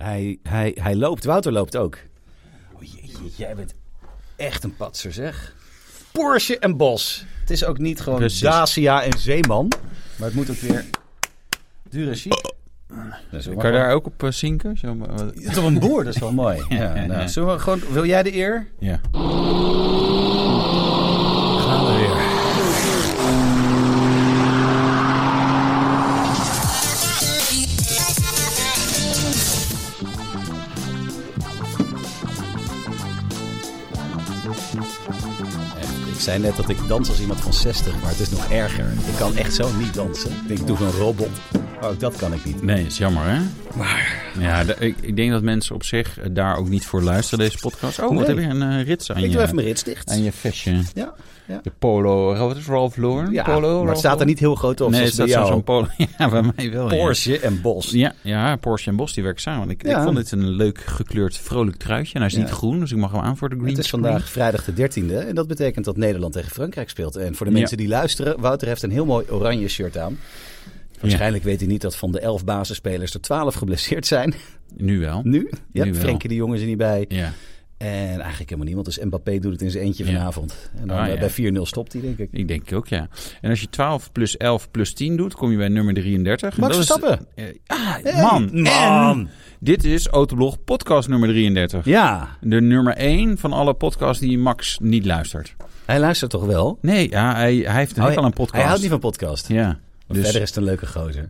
Hij loopt. Wouter loopt ook. Oh jeetje, jij bent echt een patser, zeg. Porsche en Bos. Het is ook niet gewoon Dacia en Zeeman. Maar het moet ook weer duur en chic. Kan je daar ook op zinken? Toch een boer, dat is wel mooi. Ja, zullen we gewoon, wil jij de eer? Ja. Gaan we weer. Ik zei net dat ik dans als iemand van 60, maar het is nog erger. Ik kan echt zo niet dansen. Ik doe zo'n robot. Oh, dat kan ik niet. Nee, is jammer, hè? Maar... Ja, ik denk dat mensen op zich daar ook niet voor luisteren, deze podcast. Oh, wat heb je een rits aan je... Ik doe even mijn rits dicht. Aan je vestje. Ja. De polo, wat is Ralph Lauren? Ja, polo, maar het staat er niet heel groot op. Nee, het staat zo'n polo. Ja, bij mij wel. Porsche en Bos. Ja, Porsche en Bos, die werken samen. Ik vond dit een leuk gekleurd vrolijk truitje. En hij is niet groen, dus ik mag hem aan voor de green. Het is vandaag vrijdag de 13e. En dat betekent dat Nederland tegen Frankrijk speelt. En voor de mensen die luisteren, Wouter heeft een heel mooi oranje shirt aan. Waarschijnlijk weet hij niet dat van de 11 basisspelers er 12 geblesseerd zijn. Nu wel. Nu? Ja, nu Frenkie de Jong is er niet bij. Ja. En eigenlijk helemaal niemand. Dus Mbappé doet het in zijn eentje vanavond. En dan bij 4-0 stopt hij, denk ik. Ik denk ook, ja. En als je 12 plus 11 plus 10 doet, kom je bij nummer 33. Max Verstappen. Man. En dit is Autoblog podcast nummer 33. Ja. De nummer 1 van alle podcasts die Max niet luistert. Hij luistert toch wel? Nee, ja, hij heeft al een podcast. Hij houdt niet van podcast. Ja. Dus... Verder is het een leuke gozer.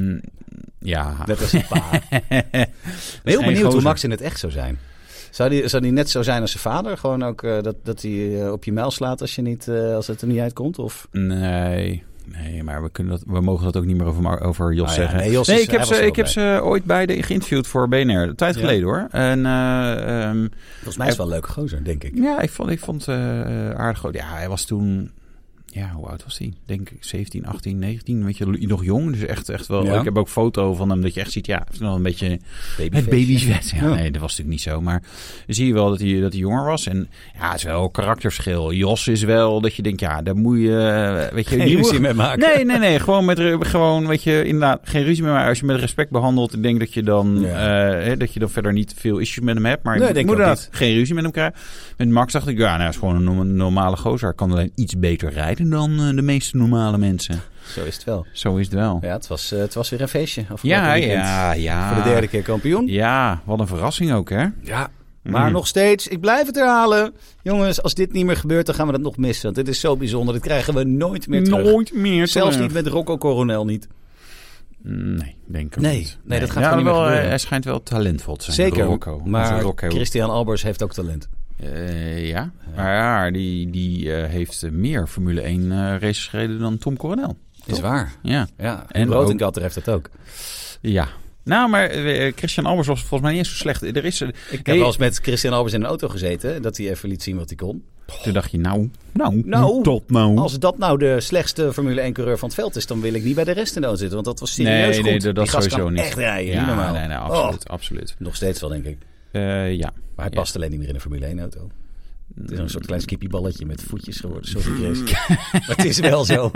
Ja. Dat is een pa. Heel benieuwd hoe Max in het echt zou zijn. Zou die net zo zijn als zijn vader? Gewoon ook dat hij op je muil slaat als het er niet uitkomt? Of? Nee, maar we mogen dat ook niet meer over Jos zeggen. Nee, Jos ik heb ze ooit beide geïnterviewd voor BNR. Een tijd geleden hoor. En, volgens mij is het wel een leuke gozer, denk ik. Ja, ik vond aardig groot. Ja, hij was toen... Ja, hoe oud was hij? Denk ik 17, 18, 19. Weet je, nog jong. Dus echt wel. Ja. Ik heb ook foto van hem dat je echt ziet. Ja, het is nog een beetje babyvet. Ja, nee, dat was natuurlijk niet zo. Maar dan zie je wel dat hij jonger was. En ja, het is wel een karakterschil. Jos is wel dat je denkt, ja, daar moet je... Weet je, geen ruzie mee maken. Nee. Gewoon, weet je, inderdaad, geen ruzie mee maken. Als je met respect behandelt, ik denk dat je dan verder niet veel issues met hem hebt. Maar je moet inderdaad geen ruzie met hem krijgen. Met Max dacht ik, ja, nou, is gewoon een normale gozer. Kan alleen iets beter rijden dan de meeste normale mensen. Zo is het wel. Ja, het was weer een feestje. Ja. Voor de derde keer kampioen. Ja, wat een verrassing ook, hè? Ja, maar nog steeds, ik blijf het herhalen. Jongens, als dit niet meer gebeurt, dan gaan we dat nog missen. Want dit is zo bijzonder. Dit krijgen we nooit meer terug. Zelfs niet met Rocco Coronel niet. Nee, denk ik niet. Nee, dat gaat gewoon niet meer gebeuren. Hij schijnt wel talentvol te zijn. Zeker, Rocco. Maar Christian Albers heeft ook talent. Ja, maar die heeft meer Formule 1 races gereden dan Tom Coronel. Is waar. Ja. En Rotengatter heeft dat ook. Ja. Nou, maar Christian Albers was volgens mij niet eens zo slecht. Ik heb wel eens met Christian Albers in een auto gezeten. Dat hij even liet zien wat hij kon. Toen dacht je, nou. Als dat nou de slechtste Formule 1 coureur van het veld is, dan wil ik niet bij de rest in de auto zitten. Want dat was serieus goed. Nee, dat die gast sowieso kan niet. Echt rijden. Ja, niet normaal. Nee, absoluut. Nog steeds wel, denk ik. Ja. Maar hij past alleen niet meer in een Formule 1 auto. Het is een soort klein skippieballetje met voetjes geworden. Sorry, Chris. Maar het is wel zo.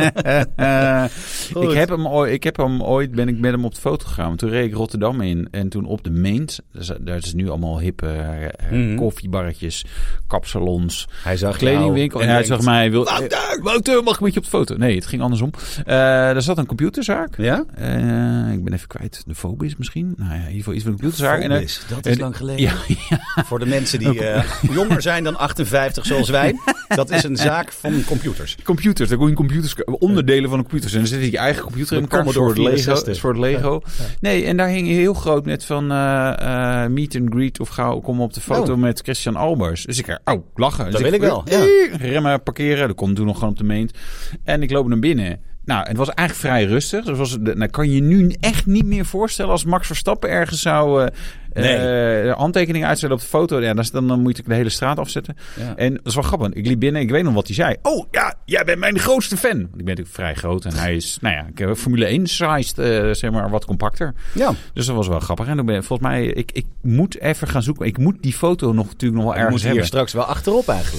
Ik heb hem ooit, ben ik met hem op de foto gegaan. Toen reed ik Rotterdam in. En toen op de Meent. Daar is nu allemaal hippe koffiebarretjes, kapsalons. Hij zag kledingwinkel. En hij zag mij. Wouter, mag ik met je op de foto? Nee, het ging andersom. Daar zat een computerzaak. Ja? Ik ben even kwijt. De Phobis misschien. Nou ja, in ieder geval iets van een computerzaak. Phobis, dat is lang geleden. Ja. Voor de mensen die jonger zijn dan 58 zoals wij. Dat is een zaak van computers. Daar kon je computers, onderdelen van de computers. En dan zit je eigen computer in elkaar. Voor het Lego. Ja. Nee, en daar hing heel groot net van meet and greet of kom op de foto met Christian Albers. Dus ik lachen. Dat wil ik wel. Ja. Remmen, parkeren. Dat kon toen nog gewoon op de Meent. En ik loop naar binnen. Nou, het was eigenlijk vrij rustig. Dus kan je nu echt niet meer voorstellen als Max Verstappen ergens zou handtekeningen uitstellen op de foto. Ja, dan moet ik de hele straat afzetten. Ja. En dat is wel grappig. Ik liep binnen en ik weet nog wat hij zei. Oh ja, jij bent mijn grootste fan. Want ik ben natuurlijk vrij groot en hij is, Formule 1 sized, zeg maar, wat compacter. Ja. Dus dat was wel grappig. En volgens mij, ik moet even gaan zoeken. Ik moet die foto natuurlijk nog wel ergens hebben. Moet hier straks wel achterop eigenlijk.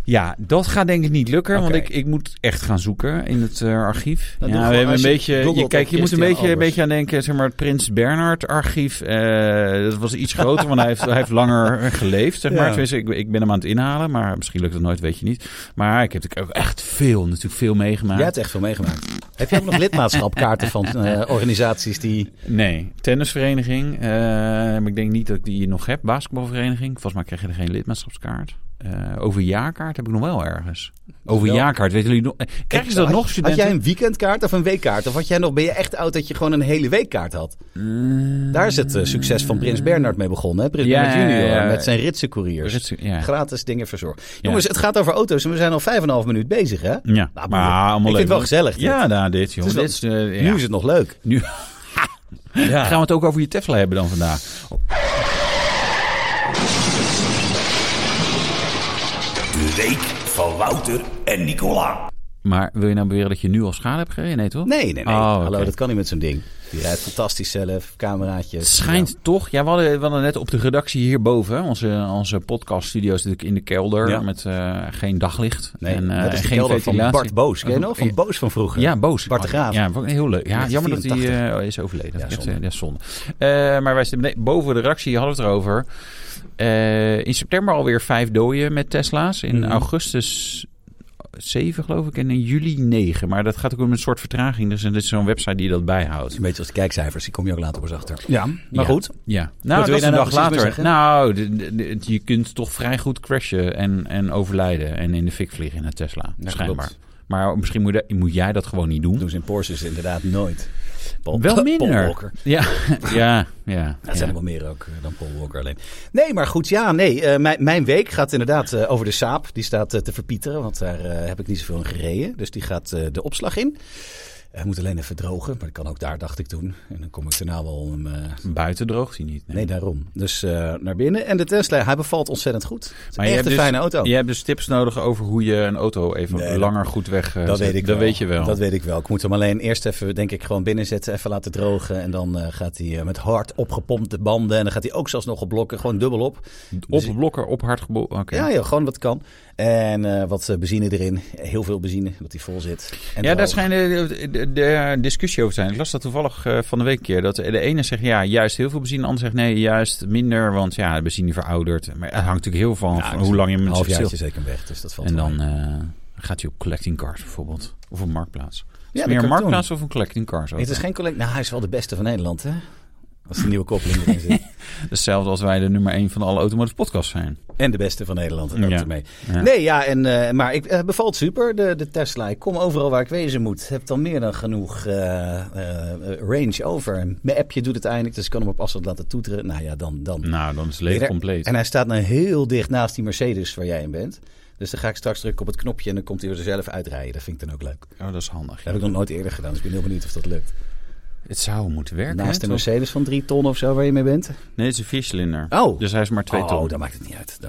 Ja, dat gaat denk ik niet lukken, want ik moet echt gaan zoeken in het archief. Nou, we hebben een beetje. Je moet een beetje aan denken, zeg maar, het Prins Bernhard archief. Dat was iets groter, want hij heeft langer geleefd, zeg maar. Tenminste, ik ben hem aan het inhalen, maar misschien lukt het nooit, weet je niet. Maar ik heb natuurlijk ook echt veel meegemaakt. Jij hebt echt veel meegemaakt. Heb je ook nog lidmaatschapkaarten van organisaties die... Nee, tennisvereniging. Ik denk niet dat ik die nog heb. Basketbalvereniging. Volgens mij krijg je er geen lidmaatschapskaart. Overjaarkaart heb ik nog wel ergens. Overjaarkaart, weten jullie nog? Krijgen ze dat nog, studenten? Had jij een weekendkaart of een weekkaart? Of ben je echt oud dat je gewoon een hele weekkaart had? Daar is het succes van Prins Bernhard mee begonnen. Hè? Prins Bernhard junior met zijn ritse couriers. Gratis dingen verzorgd. Jongens, het gaat over auto's en we zijn al 5,5 minuut bezig, hè? Ja, maar ik vind het wel gezellig. Dit. Ja, dit, jongen. Nu is het nog leuk. Nu gaan we het ook over je Tesla hebben dan vandaag. De week van Wouter en Nicola. Maar wil je nou beweren dat je nu al schade hebt gereden? Nee, toch? Nee. Hallo, dat kan niet met zo'n ding. Die rijdt fantastisch zelf, cameraatje. Het schijnt toch... Ja, we hadden net op de redactie hierboven. Onze podcaststudio is natuurlijk in de kelder met geen daglicht. Nee, en dat is de geen kelder ventilatie. van Bart Boos. Ken je nog? Van Boos van vroeger. Ja, Boos. Bart de Graaf. Ja, heel leuk. Ja, jammer 84. dat hij is overleden. Ja, zonde. Ja, zonde. Maar wij zitten boven de redactie, hadden we het erover. In september alweer 5 doden met Tesla's. In augustus 7 geloof ik en in juli 9. Maar dat gaat ook met een soort vertraging. Dus dit is zo'n website die dat bijhoudt. Een beetje als de kijkcijfers, die kom je ook later pas achter. Ja, maar goed. Ja. Nou, dat is een dag later. Nou, je kunt toch vrij goed crashen en overlijden. En in de fik vliegen in een Tesla. Ja, schijnbaar. Klopt. Maar misschien moet jij dat gewoon niet doen. Doen ze in Porsches inderdaad nooit. Wel minder. Paul Walker. Ja. Dat zijn er wel meer ook dan Paul Walker alleen. Nee, maar goed, mijn week gaat inderdaad over de Saab. Die staat te verpieteren, want daar heb ik niet zoveel in gereden. Dus die gaat de opslag in. Hij moet alleen even drogen, maar dat kan ook daar, dacht ik toen. En dan kom ik daarna wel... Buiten droogt hij niet. Nee, daarom. Dus naar binnen. En de Tesla, hij bevalt ontzettend goed. Het is maar echt een fijne auto. Je hebt dus tips nodig over hoe je een auto even langer goed weg dat weet ik wel. Weet je wel. Dat weet ik wel. Ik moet hem alleen eerst even, denk ik, gewoon binnenzetten. Even laten drogen. En dan gaat hij met hard opgepompte banden. En dan gaat hij ook zelfs nog op blokken. Gewoon dubbel op. Op blokken, op hard gebogen. Okay. Ja, gewoon wat kan. En wat benzine erin. Heel veel benzine, dat hij vol zit. En ja, daar schijnt de discussie over te zijn. Ik las dat toevallig van de week een keer. Dat de ene zegt juist heel veel benzine. De ander zegt nee, juist minder. Want de benzine veroudert. Maar het hangt natuurlijk heel van hoe lang je hem... Een halfjaartje zeker weg. Dus dat valt en dan gaat hij op collecting cars bijvoorbeeld. Of een marktplaats. Ja, meer een marktplaats of een collecting cars? Het is geen collecting... Nou, hij is wel de beste van Nederland, hè? Als de nieuwe koppeling erin zit. Hetzelfde als wij de nummer 1 van alle automotive podcasts zijn. En de beste van Nederland. En ook ermee. Ja. Nee, maar ik bevalt super, de Tesla. Ik kom overal waar ik wezen moet. Heb dan meer dan genoeg range over. Mijn appje doet het eindelijk, dus ik kan hem op afstand laten toeteren. Nou ja, dan is het leven compleet. En hij staat nou heel dicht naast die Mercedes waar jij in bent. Dus dan ga ik straks drukken op het knopje en dan komt hij er zelf uitrijden. Dat vind ik dan ook leuk. Oh, dat is handig. Dat heb ik nog nooit eerder gedaan, dus ik ben heel benieuwd of dat lukt. Het zou moeten werken. Naast de Mercedes van 3 ton of zo waar je mee bent? Nee, het is een 4-cilinder. Oh. Dus hij is maar 2 ton. Oh, dat maakt het niet uit.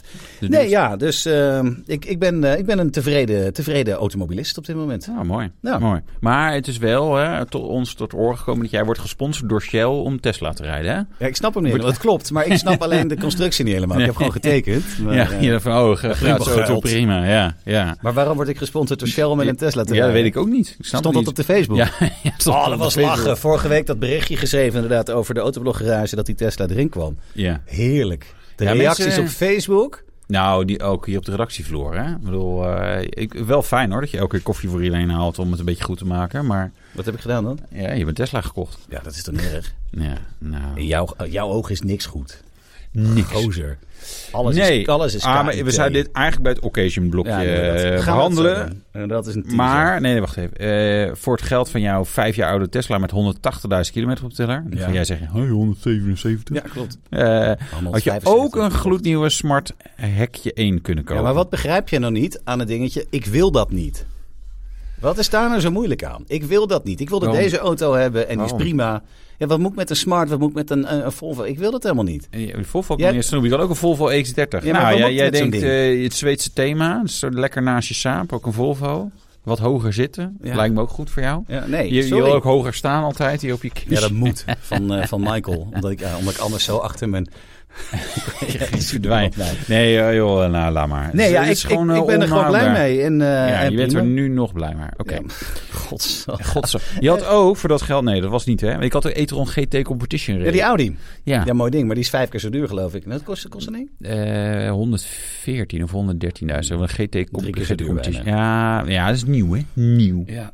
Dus ik ben een tevreden automobilist op dit moment. Oh, mooi. Ja. Mooi. Maar het is wel tot oren gekomen dat jij wordt gesponsord door Shell om Tesla te rijden, hè? Ja, ik snap hem niet. Dat klopt. Maar ik snap alleen de constructie niet helemaal. Ik heb gewoon getekend. Maar, gratis auto, prima. Ja. Maar waarom word ik gesponsord door Shell om met een Tesla te rijden? Ja, dat weet ik ook niet. Stond dat op de Facebook? Ja, dat was lachen. Vorige week dat berichtje geschreven inderdaad over de autobloggarage dat die Tesla erin kwam. Ja. Heerlijk. De reacties op Facebook. Nou, die ook hier op de redactievloer. Hè? Ik bedoel, wel fijn hoor dat je elke keer koffie voor iedereen haalt om het een beetje goed te maken. Maar wat heb ik gedaan dan? Ja, je hebt een Tesla gekocht. Ja, dat is toch niet erg? Ja, nou. In jouw oog is niks goed. Niks. Gozer. Alles is maar we zouden dit eigenlijk bij het occasion blokje behandelen. Dat is een teaser. Maar, nee, wacht even. Voor het geld van jouw 5 jaar oude Tesla met 180.000 kilometer op de teller. Dan ga jij zeggen, 177. Ja, klopt. Had je ook een gloednieuwe Smart Hekje 1 kunnen kopen. Ja, maar wat begrijp je nou niet aan het dingetje? Ik wil dat niet. Wat is daar nou zo moeilijk aan? Ik wil dat niet. Ik wilde deze auto hebben en die is prima. Ja, wat moet ik met een Smart? Wat moet ik met een Volvo? Ik wil dat helemaal niet. De Volvo kan niet snoepen. Je kan ook een Volvo X30. Ja, maar jij denkt het Zweedse thema. Dus lekker naast je Saab. Ook een Volvo. Wat hoger zitten. Ja. Lijkt me ook goed voor jou. Ja, nee, je wil ook hoger staan altijd. Hier op je Ja, dat moet. Van Michael. Omdat ik anders zo achter mijn Verdwijnt. Nee, joh, nou, laat maar. Nee, ja, ik ben er gewoon blij mee. En je bent er nu nog blij mee. Oké. Ja, Godzo. Je had ook voor dat geld... Nee, dat was niet, hè? Ik had de e-tron GT Competition race. Ja, die Audi. Ja, mooi ding. Maar die is 5 keer zo duur, geloof ik. Dat kost een ding? 114 of 113.000. Een GT Competition. Ja, dat is nieuw, hè? Nieuw. Ja.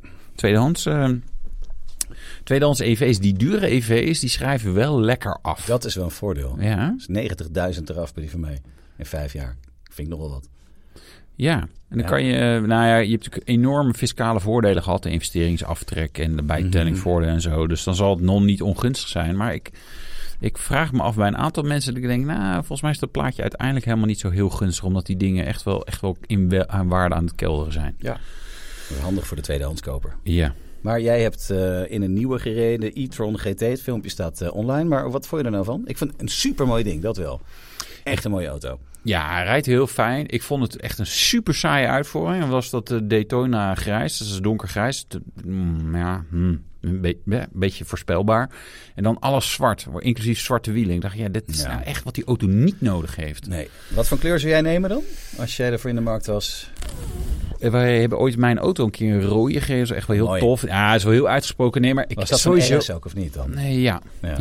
Tweedehands EV's, die dure EV's, die schrijven wel lekker af. Dat is wel een voordeel. Ja. Dus 90.000 eraf bij die van mij. In 5 jaar. Vind ik nog wel wat. Ja, en dan kan je... je hebt natuurlijk enorme fiscale voordelen gehad. De investeringsaftrek en de bijtellingvoordelen en zo. Dus dan zal het nog niet ongunstig zijn. Maar ik vraag me af bij een aantal mensen dat ik denk... volgens mij is dat plaatje uiteindelijk helemaal niet zo heel gunstig. Omdat die dingen echt wel aan waarde aan het kelderen zijn. Ja, handig voor de tweedehandskoper. Ja. Maar jij hebt in een nieuwe gereden, e-tron GT. Het filmpje staat online. Maar wat vond je er nou van? Ik vond het een super mooi ding, dat wel. Echt een mooie auto. Ja, hij rijdt heel fijn. Ik vond het echt een super saaie uitvoering. En was dat de Daytona grijs. Dat is donkergrijs. Een beetje voorspelbaar. En dan alles zwart, inclusief zwarte wielen. Ik dacht, dit is nou echt wat die auto niet nodig heeft. Nee. Wat voor kleur zou jij nemen dan? Als jij ervoor in de markt was? Wij hebben ooit mijn auto een keer een rode gegeven. Dat is echt wel heel mooi. Tof. Ja, is wel heel uitgesproken. Nee, maar was dat sowieso RS ook of niet dan? Nee, ja.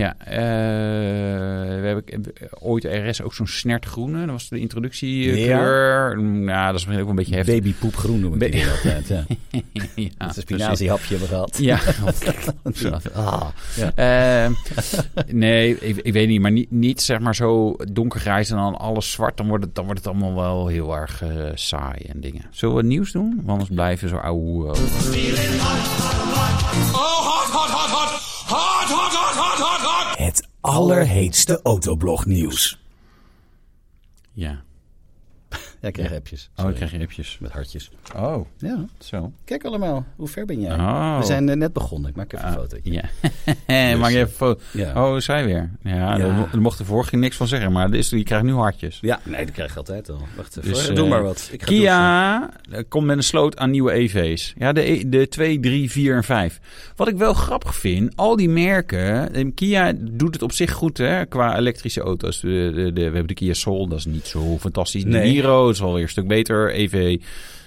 We hebben ooit RS ook zo'n snertgroene. Dat was de introductiekleur. Ja, dat is misschien ook een beetje heftig. Babypoepgroen noem ik die altijd. Ja. Ja, dat is een spinaziehapje hebben gehad. Ja. Nee, ik weet niet. Maar niet zeg maar zo donkergrijs en dan alles zwart. Dan wordt het allemaal wel heel erg saai en dingen. Zullen we het nieuws doen? Want anders blijven zo ouwe. Het allerheetste autoblognieuws. Ja. Ja, ik krijg appjes. Oh, ik krijg appjes. Met hartjes. Oh, ja. Zo. Kijk allemaal. Hoe ver ben jij? Oh. We zijn net begonnen. Ik maak even een foto. Ja. Dus, maak je even een foto. Ja. Oh, zij weer. Ja, daar mocht de vorige niks van zeggen. Maar je krijgt nu hartjes. Ja, nee, dat krijg ik altijd al. Wacht even. Dus, doe maar wat. Ik ga Kia komt met een sloot aan nieuwe EV's. Ja, de 2, 3, 4 en 5. Wat ik wel grappig vind, al die merken... Kia doet het op zich goed, hè, qua elektrische auto's. We hebben de Kia Soul, dat is niet zo fantastisch. De Niro, dat is alweer een stuk beter. EV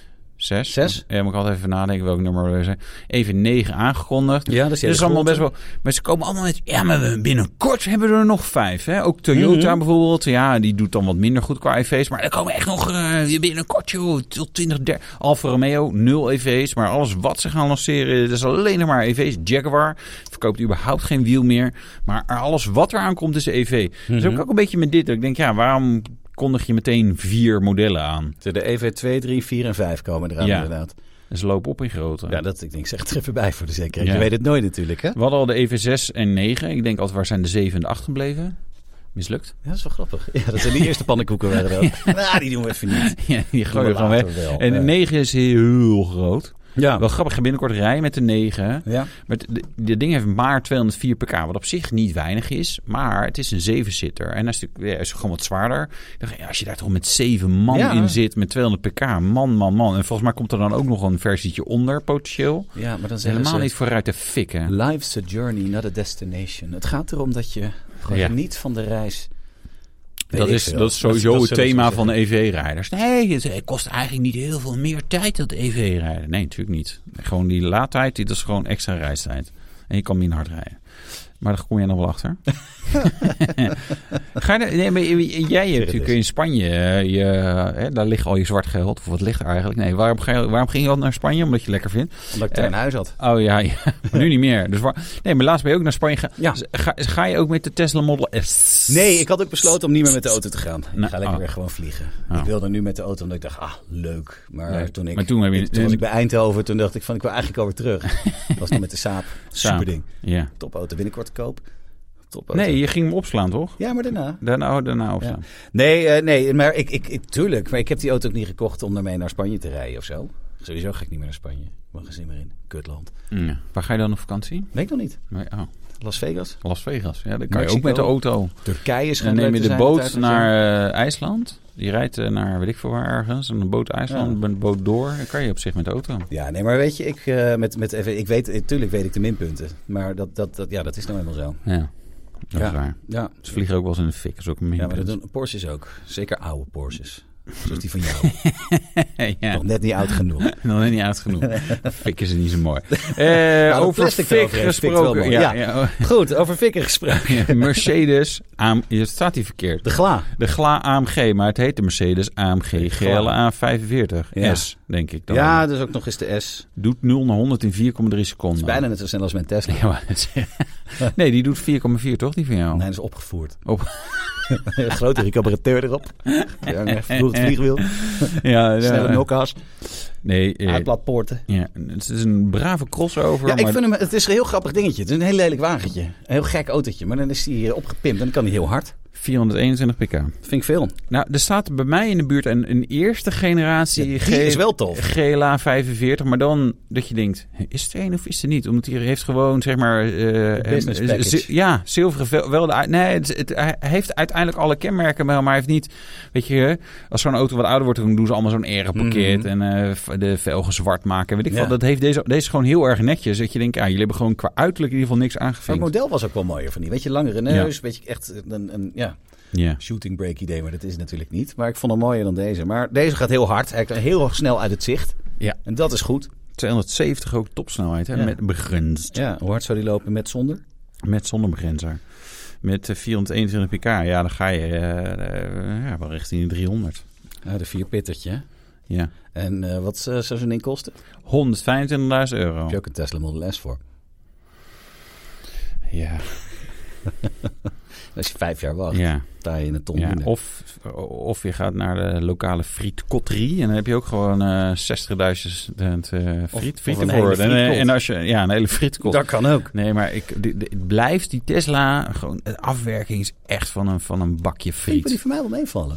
6? Ja, moet ik altijd even nadenken welk nummer we zijn. Even 9 aangekondigd. Ja, dat is allemaal best wel... Maar ze komen allemaal met... Ja, maar binnenkort hebben we er nog 5. Hè? Ook Toyota bijvoorbeeld. Ja, die doet dan wat minder goed qua EV's. Maar er komen echt nog binnenkort, joh, tot 2030. Alfa Romeo, 0 EV's. Maar alles wat ze gaan lanceren, dat is alleen nog maar EV's. Jaguar verkoopt überhaupt geen wiel meer. Maar alles wat er aankomt is EV. Dus ook een beetje met dit. Ik denk, waarom... kondig je meteen 4 modellen aan. De EV 2, 3, 4 en 5 komen eraan inderdaad. En ze lopen op in grootte. Ja, ik zeg het er even bij voor de zekerheid. Ja. Je weet het nooit natuurlijk, hè? We hadden al de EV 6 en 9. Ik denk altijd, waar zijn de 7 en de 8 gebleven? Mislukt. Ja, dat is wel grappig. Ja, dat zijn die eerste pannenkoeken waren wel. Die doen we even niet. Ja, die gooien we gewoon weg. Wel. En de 9 is heel groot. Ja. Wel grappig, ga binnenkort rijden met de 9. Ja. Maar de ding heeft maar 204 pk, wat op zich niet weinig is. Maar het is een 7-zitter. En dat is gewoon wat zwaarder. Ik dacht, als je daar toch met 7 man in zit met 200 pk, man. En volgens mij komt er dan ook nog een versietje onder, potentieel. Ja, maar dan is helemaal niet vooruit te fikken. Life's a journey, not a destination. Het gaat erom dat je gewoon geniet van de reis. Dat is sowieso het thema van de EV-rijders. Nee, het kost eigenlijk niet heel veel meer tijd dat EV-rijden. Nee, natuurlijk niet. Gewoon die laadtijd, dat is gewoon extra reistijd. En je kan minder hard rijden. Maar daar kom jij nog wel achter. Jij hebt natuurlijk in Spanje, daar ligt al je zwart geld. Of wat ligt er eigenlijk? Nee, waarom ging je al naar Spanje? Omdat je lekker vindt. Omdat ik er in huis had. Oh ja, maar nu niet meer. Dus maar laatst ben je ook naar Spanje gegaan. Ja. Ga je ook met de Tesla Model S? Nee, ik had ook besloten om niet meer met de auto te gaan. Ik ga lekker weer gewoon vliegen. Ik wilde nu met de auto, omdat ik dacht, leuk. Maar toen was ik bij Eindhoven, toen dacht ik ik wil eigenlijk alweer terug. Dat was nog met de Saab. Super ding. Ja. Topauto, binnenkort te koop. Nee, je ging hem opslaan, toch? Ja, maar daarna. Daarna opslaan. Ja. Nee, maar tuurlijk. Maar ik heb die auto ook niet gekocht om daarmee naar Spanje te rijden of zo. Sowieso ga ik niet meer naar Spanje. Ik mag geen zin meer in. Kutland. Ja. Waar ga je dan op vakantie? Weet ik nog niet. Nee, Las Vegas. Ja, dan kan je ook met de auto. Turkije is gewoon. Dan neem je de boot naar IJsland. Die rijdt naar weet ik veel waar ergens. Een boot IJsland, een boot door. Dan kan je op zich met de auto. Ja, nee, maar weet je, ik weet, natuurlijk weet ik de minpunten. Maar dat is nou eenmaal zo. Ja. Dat is waar. Ja. Ze vliegen ook wel eens in de fik. Dat is ook een Ja, maar dat doen Porsches ook. Zeker oude Porsches. Zoals die van jou. ja. Nog net niet oud genoeg. Nog net niet oud genoeg. Fik is niet zo mooi. Over fik gesproken. Ja. Goed, over fikken gesproken. Mercedes, je staat die verkeerd. De GLA AMG, maar het heet de Mercedes AMG GLA 45 S, denk ik dan. Ja, dus ook nog eens de S. Doet 0 naar 100 in 4,3 seconden. Dat is bijna net zo snel als mijn Tesla. Ja, nee, die doet 4,4 toch, die van jou? Nee, dat is opgevoerd. Een grote recuperateur erop. Ja, vroeg het vliegwiel. Snelle nokkas. Nee. Uitlaatpoorten. Ja, het is een brave crossover. Ja, ik vind hem, het is een heel grappig dingetje. Het is een heel lelijk wagentje. Een heel gek autootje. Maar dan is hij opgepimpt en dan kan hij heel hard. 421 pk. Vind ik veel. Nou, er staat bij mij in de buurt een eerste generatie die is wel tof. GLA 45, maar dan dat je denkt, is het een of is het niet? Omdat hij heeft gewoon, zeg maar... business package. Zilveren wel. Hij heeft uiteindelijk alle kenmerken, maar hij heeft niet... Weet je, als zo'n auto wat ouder wordt, dan doen ze allemaal zo'n aeropakket en de velgen zwart maken. Weet ik veel. Dat heeft deze is gewoon heel erg netjes. Dat je denkt, jullie hebben gewoon qua uiterlijk in ieder geval niks aangevinkt. Het model was ook wel mooier van die. Weet je, langere neus, weet je, echt een shooting break idee, maar dat is natuurlijk niet. Maar ik vond hem mooier dan deze. Maar deze gaat heel hard. Hij gaat heel snel uit het zicht. Ja. En dat is goed. 270 ook topsnelheid, hè? Met begrensd. Ja, hoe hard zou die lopen met zonder? Met zonder begrenzer. Met 421 pk, ja, dan ga je wel richting de 300. Ja, de 4-pittertje. Ja. En wat zou zo'n ding kosten? €125.000. Heb je ook een Tesla Model S voor? Ja. Als je 5 jaar wacht, sta je in een ton binnen. Of je gaat naar de lokale frietkotterie en dan heb je ook gewoon 60.000 frieten voor. En als je een hele frietkot. Dat kan ook. Nee, maar het blijft die Tesla gewoon. De afwerking is echt van een bakje friet. Die voor mij wel meevallen.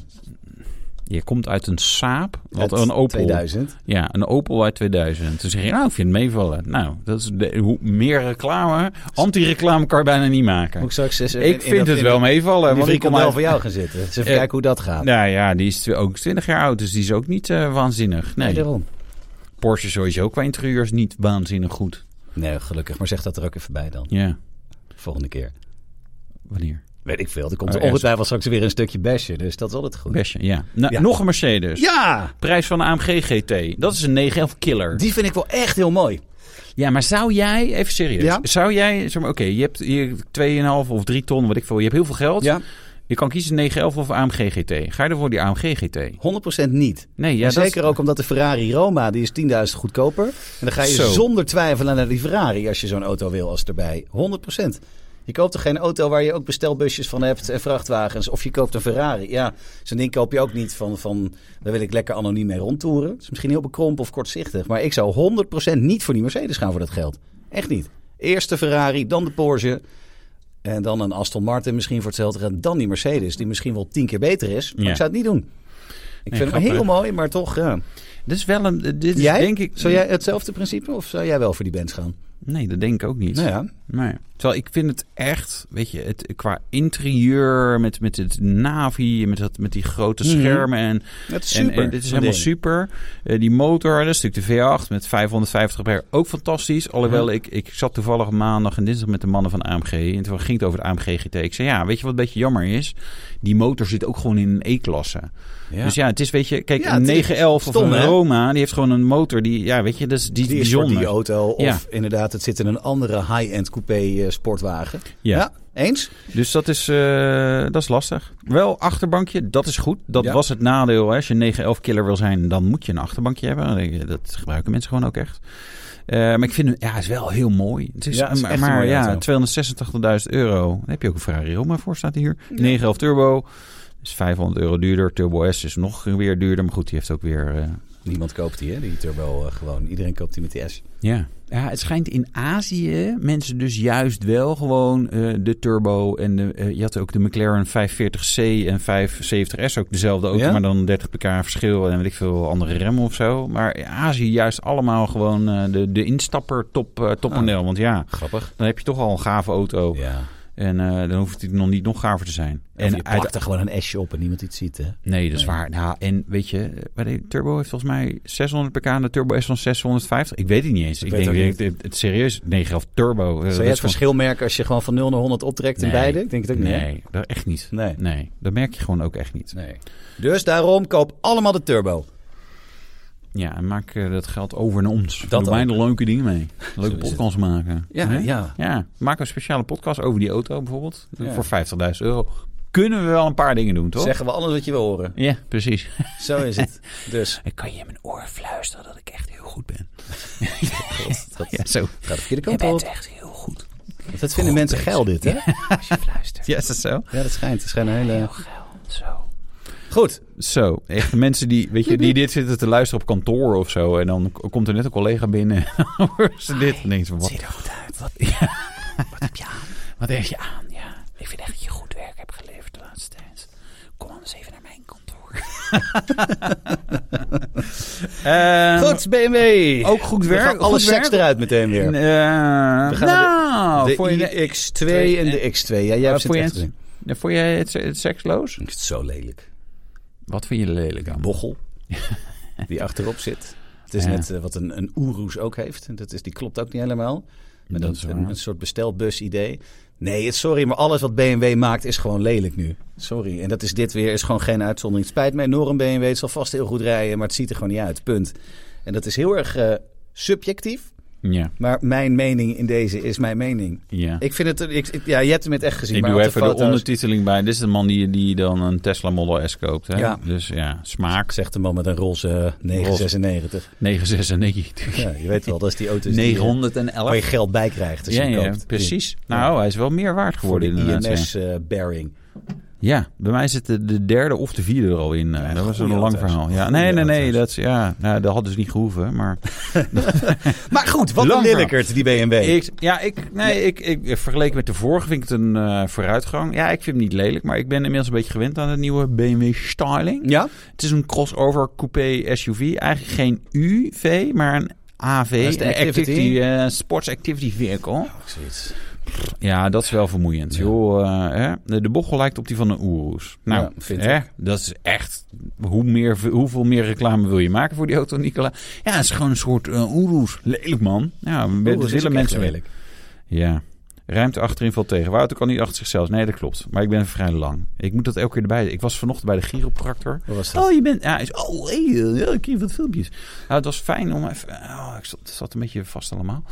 Je komt uit een Saab, een Opel. 2000. Ja, een Opel uit 2000. Toen zeg je, ik vind het meevallen. Nou, dat is hoe meer reclame. Anti-reclame kan je bijna niet maken. Ik vind het wel meevallen. Want ik kom wel voor jou gaan zitten. Dus even kijken hoe dat gaat. Nou ja, die is ook 20 jaar oud. Dus die is ook niet waanzinnig. Nee, daarom. Porsche sowieso qua interieurs niet waanzinnig goed. Nee, gelukkig. Maar zeg dat er ook even bij dan. Ja. Volgende keer. Wanneer? Weet ik veel. Er komt ongetwijfeld straks weer een stukje bashen. Dus dat is altijd goed. Bashen, ja. Nog een Mercedes. Ja! Prijs van de AMG GT. Dat is een 911 killer. Die vind ik wel echt heel mooi. Ja, maar zou jij... Even serieus. Ja? Zou jij... Oké, je hebt hier 2,5 of 3 ton, wat ik veel. Je hebt heel veel geld. Ja. Je kan kiezen 911 of AMG GT. Ga je ervoor die AMG GT? 100% niet. Nee, ja, zeker ook omdat de Ferrari Roma, die is 10.000 goedkoper. En dan ga je zonder twijfelen naar die Ferrari als je zo'n auto wil als erbij. 100%. Je koopt toch geen auto waar je ook bestelbusjes van hebt en vrachtwagens. Of je koopt een Ferrari. Ja, zo'n ding koop je ook niet van daar wil ik lekker anoniem mee rondtoeren. Het is misschien heel bekrompen of kortzichtig. Maar ik zou 100% niet voor die Mercedes gaan voor dat geld. Echt niet. Eerst de Ferrari, dan de Porsche. En dan een Aston Martin misschien voor hetzelfde geld. Dan die Mercedes, die misschien wel 10 keer beter is. Maar ik zou het niet doen. Ik vind hem heel mooi, maar toch... Ja. Dit is wel een... Jij? Denk ik... Zou jij hetzelfde principe of zou jij wel voor die Benz gaan? Nee, dat denk ik ook niet. Nou ja. Nee. Terwijl ik vind het echt, weet je, qua interieur, met het Navi, met die grote schermen. En dit is helemaal super. Die motor, dat is natuurlijk de V8 met 550 pk, ook fantastisch. Alhoewel, ik zat toevallig maandag en dinsdag met de mannen van AMG. En toen ging het over de AMG GT. Ik zei, weet je wat een beetje jammer is? Die motor zit ook gewoon in een E-klasse. Ja. Dus het is, weet je, kijk, een 911 of een Roma, die heeft gewoon een motor die, weet je, dat is die bijzonder. Die auto of inderdaad, het zit in een andere high-end coupé sportwagen. Ja, eens? Dus dat is lastig. Wel achterbankje, dat is goed. Dat was het nadeel. Hè. Als je 911 killer wil zijn, dan moet je een achterbankje hebben. Dat gebruiken mensen gewoon ook echt. Maar ik vind het is wel heel mooi. Het is, maar €286.000. Dan heb je ook een Ferrari Roma voor, staat hier. 911 turbo. Is €500 duurder. Turbo S is nog weer duurder. Maar goed, die heeft ook weer... Niemand koopt die, hè? Die turbo gewoon. Iedereen koopt die met die S. Ja, het schijnt in Azië mensen dus juist wel gewoon de turbo en je had ook de McLaren 540C en 570S, ook dezelfde auto, maar dan 30 pk verschil en weet ik veel andere remmen of zo. Maar in Azië juist allemaal gewoon de instapper topmodel. Want grappig. Dan heb je toch al een gave auto. Ja. En dan hoeft het nog niet nog gaver te zijn. En je plakt er gewoon een S'je op en niemand iets ziet, hè? Nee, dat is waar. Nou, en weet je, de Turbo heeft volgens mij 600 pk en de Turbo S van 650. Ik weet het niet eens. Ik denk het serieus, 911 Turbo. Zou je het verschil merken als je gewoon van 0 naar 100 optrekt in beide? Ik denk het ook niet. Nee, dat echt niet. Nee, dat merk je gewoon ook echt niet. Nee. Dus daarom, koop allemaal de Turbo. Ja, en maak dat geld over naar ons. Dat Doe mij er leuke dingen mee. Leuke podcasts maken. Ja. Maak een speciale podcast over die auto bijvoorbeeld. Ja. Voor €50.000. Kunnen we wel een paar dingen doen, toch? Zeggen we alles wat je wil horen. Ja, precies. Zo is het. Dus. Ik kan je in mijn oor fluisteren dat ik echt heel goed ben. Dat zo. Gaat de verkeerde kant op. Je bent echt heel goed. Want dat vinden mensen geil dit, hè? Als je fluistert. Ja, is dat zo? Ja, dat schijnt. Het schijnt een hele... Heel geil. Zo. Goed. Zo, echt mensen die dit zitten te luisteren op kantoor of zo. En dan komt er net een collega binnen. Hoor ze dit? En denkt ze, wat? Ziet er goed uit. Wat heb je aan? Wat heb je aan? Ja, ik vind echt dat je goed werk hebt geleverd de laatste tijd. Kom anders even naar mijn kantoor. Goed, BMW. Ook goed werk. Alle seks eruit meteen weer. We gaan de X2 en de X2. Ja, jij hebt het echt gezien. Vond jij het seksloos? Ik vind het zo lelijk. Wat vind je lelijk aan? Bochel. Die achterop zit. Het is net wat een Urus ook heeft. Die klopt ook niet helemaal. Met een soort bestelbus idee. Nee, sorry, maar alles wat BMW maakt is gewoon lelijk nu. Sorry. En dat is dit weer, is gewoon geen uitzondering. Het spijt mij enorm, BMW. Het zal vast heel goed rijden, maar het ziet er gewoon niet uit. Punt. En dat is heel erg subjectief. Ja. Maar mijn mening in deze is mijn mening. Ja. Ik vind het... je hebt hem het echt gezien. Ik doe even de ondertiteling bij. Dit is de man die dan een Tesla Model S koopt. Hè? Ja. Dus ja, smaak. Zegt de man met een roze 996. 996. Ja, je weet wel, dat is die auto 911. Waar je geld bij krijgt als je hem koopt. Precies. Nou, hij is wel meer waard geworden. Voor de IMS-bearing. Ja, bij mij zit de derde of de vierde er al in. Ja, dat was een lang verhaal. Ja, nee. Dat hadden ze niet gehoeven. Maar, maar goed, wat een lelijkert, die BMW. Ik vergeleken met de vorige vind ik het een vooruitgang. Ja, ik vind hem niet lelijk, maar ik ben inmiddels een beetje gewend aan het nieuwe BMW styling. Ja? Het is een crossover coupé SUV. Eigenlijk geen UV, maar een AV. Een Sports Activity Vehicle. Oh, zoiets. Ja, dat is wel vermoeiend. Ja. Joh, de bochel lijkt op die van een Urus. Nou, dat is echt... Hoeveel meer reclame wil je maken voor die auto, Nicola? Ja, het is gewoon een soort Urus. Lelijk, man. Ja, willen mensen lelijk. Ja. Ruimte achterin valt tegen. Wouter kan niet achter zichzelf. Nee, dat klopt. Maar ik ben vrij lang. Ik moet dat elke keer erbij. Ik was vanochtend bij de chiropractor. Wat was dat? Oh, je bent... Ja, ik kreeg wat filmpjes. Nou, het was fijn om even... ik zat een beetje vast allemaal.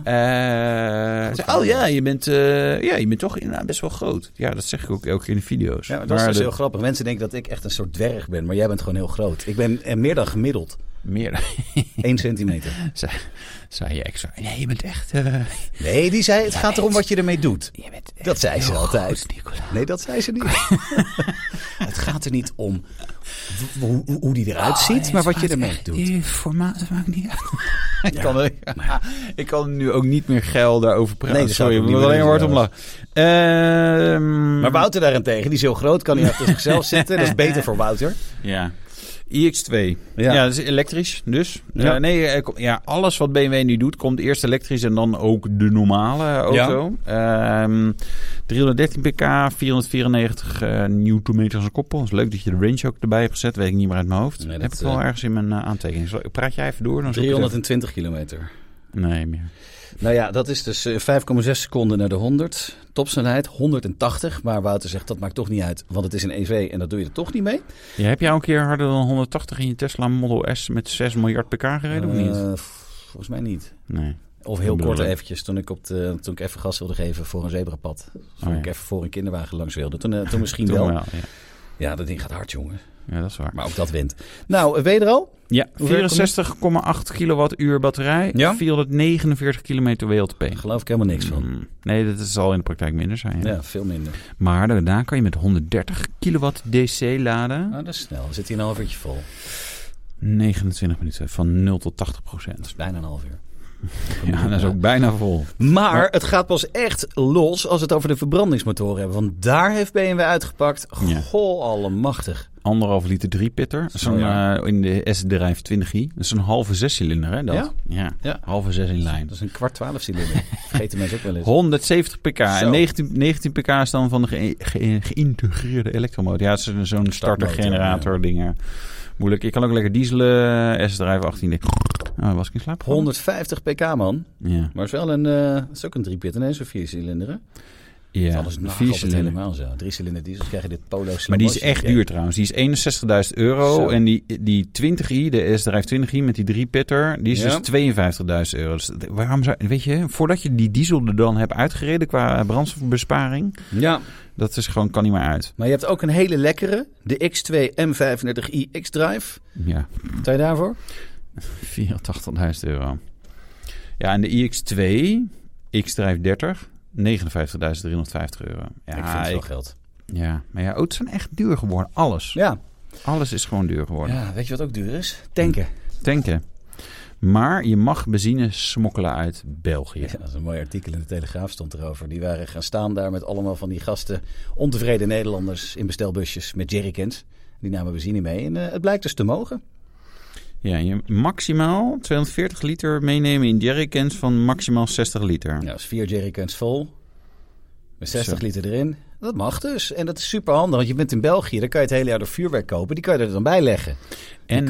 Ja? Je bent toch inderdaad best wel groot. Ja, dat zeg ik ook elke keer in de video's. Ja, dat is dus heel grappig. Mensen denken dat ik echt een soort dwerg ben. Maar jij bent gewoon heel groot. Ik ben meer dan gemiddeld. Meer dan... 1 centimeter. Zei je extra. Nee, je bent echt... Nee, die zei, het gaat erom wat je ermee doet. Dat zei ze altijd. Goed, Nicola. Nee, dat zei ze niet. Het gaat er niet om hoe die eruit ziet, maar wat je ermee doet. Die formaat maakt niet uit. Ik kan nu ook niet meer geil daarover praten. Nee, sorry, ik moet alleen hard om lachen. Maar Wouter daarentegen, die is heel groot, kan niet achter zichzelf zitten. Dat is beter voor Wouter. Ja. iX2. Ja, dat is elektrisch dus. Ja. Alles wat BMW nu doet, komt eerst elektrisch en dan ook de normale auto. Ja. 313 pk, 494 Nm als een koppel. Het is leuk dat je de range ook erbij hebt gezet. Weet ik niet meer uit mijn hoofd. Nee, dat heb ik wel ergens in mijn aantekeningen. Praat jij even door? Dan 320 kilometer. Nee, meer. Nou ja, dat is dus 5,6 seconden naar de 100. Topsnelheid 180. Maar Wouter zegt dat maakt toch niet uit. Want het is een EV en dat doe je er toch niet mee. Ja, heb jij al een keer harder dan 180 in je Tesla Model S met 6 miljard pk gereden of niet? Volgens mij niet. Nee. Of heel kort eventjes, toen ik even gas wilde geven voor een zebrapad. Toen ik even voor een kinderwagen langs wilde. Toen misschien wel. Ja, dat ding gaat hard, jongen. Ja, dat is waar. Maar ook dat wint. Nou, weet je er al? Ja, 64,8 kilowattuur batterij. Ja? 449 kilometer WLTP. Daar geloof ik helemaal niks van. Nee, dat zal in de praktijk minder zijn. Ja, veel minder. Maar daarna kan je met 130 kilowatt DC laden. Nou, dat is snel. Dan zit hij een half uurtje vol. 29 minuten, van 0 tot 80%. Dat is bijna een half uur. Ja, dat is ook bijna vol. Maar het gaat pas echt los als we het over de verbrandingsmotoren hebben. Want daar heeft BMW uitgepakt. Goh, allemachtig. 1,5 liter 3-pitter. In de S-Drive 20i. Dat is een halve 6-cilinder, hè? Dat? Ja. Halve 6 in lijn. Dat is een kwart 12-cilinder. Vergeten mensen ook wel eens. 170 pk. Zo. En 19 pk is dan van de geïntegreerde elektromotor. Ja, het is zo'n starter-generator dingen. Moeilijk. Je kan ook lekker dieselen. S-Drive 18. Was ik in slaap? 150 pk, man. Ja. Maar het is wel het is ook een 3-pitter. Nee, zo'n 4-cilinder, hè? Ja, alles een 4-cilinder. Helemaal zo. 3-cilinder diesel, krijg je dit Polo. Maar die is echt duur trouwens. Die is €61.000. Zo. En die 20i, de S-Drive 20i met die 3-pitter, die is dus €52.000. Dus waarom zou, weet je, voordat je die diesel er dan hebt uitgereden qua brandstofbesparing, dat is gewoon, kan niet meer uit. Maar je hebt ook een hele lekkere, de X2 M35i X-Drive. Ja. Wat sta je daarvoor? €84.000. Ja, en de iX2 X-Drive 30... €59.350. Ja, ik vind het wel geld. Ja, maar ja, auto's zijn echt duur geworden. Alles. Ja. Alles is gewoon duur geworden. Ja, weet je wat ook duur is? Tanken. Maar je mag benzine smokkelen uit België. Ja, dat is een mooi artikel in de Telegraaf stond erover. Die waren gaan staan daar met allemaal van die gasten, ontevreden Nederlanders in bestelbusjes met jerrycans. Die namen benzine mee en het blijkt dus te mogen. Ja, je maximaal 240 liter meenemen in jerrycans van maximaal 60 liter. Ja, dat is 4 jerrycans vol. Met 60 liter erin. Dat mag dus. En dat is super handig. Want je bent in België. Dan kan je het hele jaar door vuurwerk kopen. Die kan je er dan bij leggen. En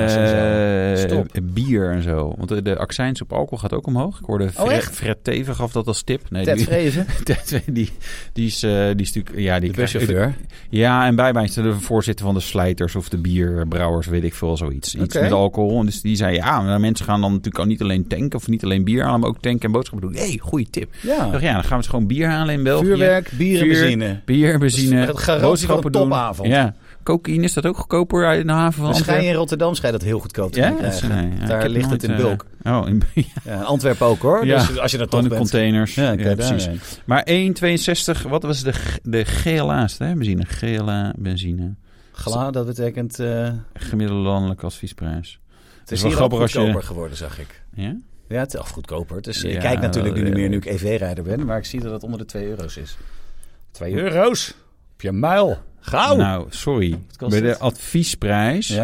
bier en zo. Want de accijns op alcohol gaat ook omhoog. Ik hoorde Fred Teven gaf dat als tip. Nee, Ted Vrezen? die is natuurlijk... Ja, die de buschauffeur? Ja, en bij mij is de voorzitter van de slijters of de bierbrouwers, weet ik veel, zoiets. Iets met alcohol. En dus die zei, maar mensen gaan dan natuurlijk al niet alleen tanken of niet alleen bier halen, maar ook tanken en boodschappen doen. Hey, goede tip. Ja. Dan gaan we eens gewoon bier halen in België. Vuurwerk, bier en benzine. Bier, benzine. Het boodschappen doen. Topavond. Ja. Cocaïne, is dat ook goedkoper uit de haven van Antwerpen? In Rotterdam schijnt dat heel goedkoop te krijgen. Daar ligt het in bulk. Antwerpen ook hoor. Ja, dus als je er toch de bent. Containers. Ja, precies. Maar 1,62. Wat was de GLA's, hè? Benzine. GLA benzine. GLA, dat betekent... Gemiddelde landelijke adviesprijs. Het is hier ook goedkoper geworden, zag ik. Ja? Ja, het is goedkoper. Dus ik kijk natuurlijk nu niet meer nu ik EV-rijder ben. Maar ik zie dat het onder de €2 is. €2? Op je muil. Gauw! Nou, sorry. Bij de adviesprijs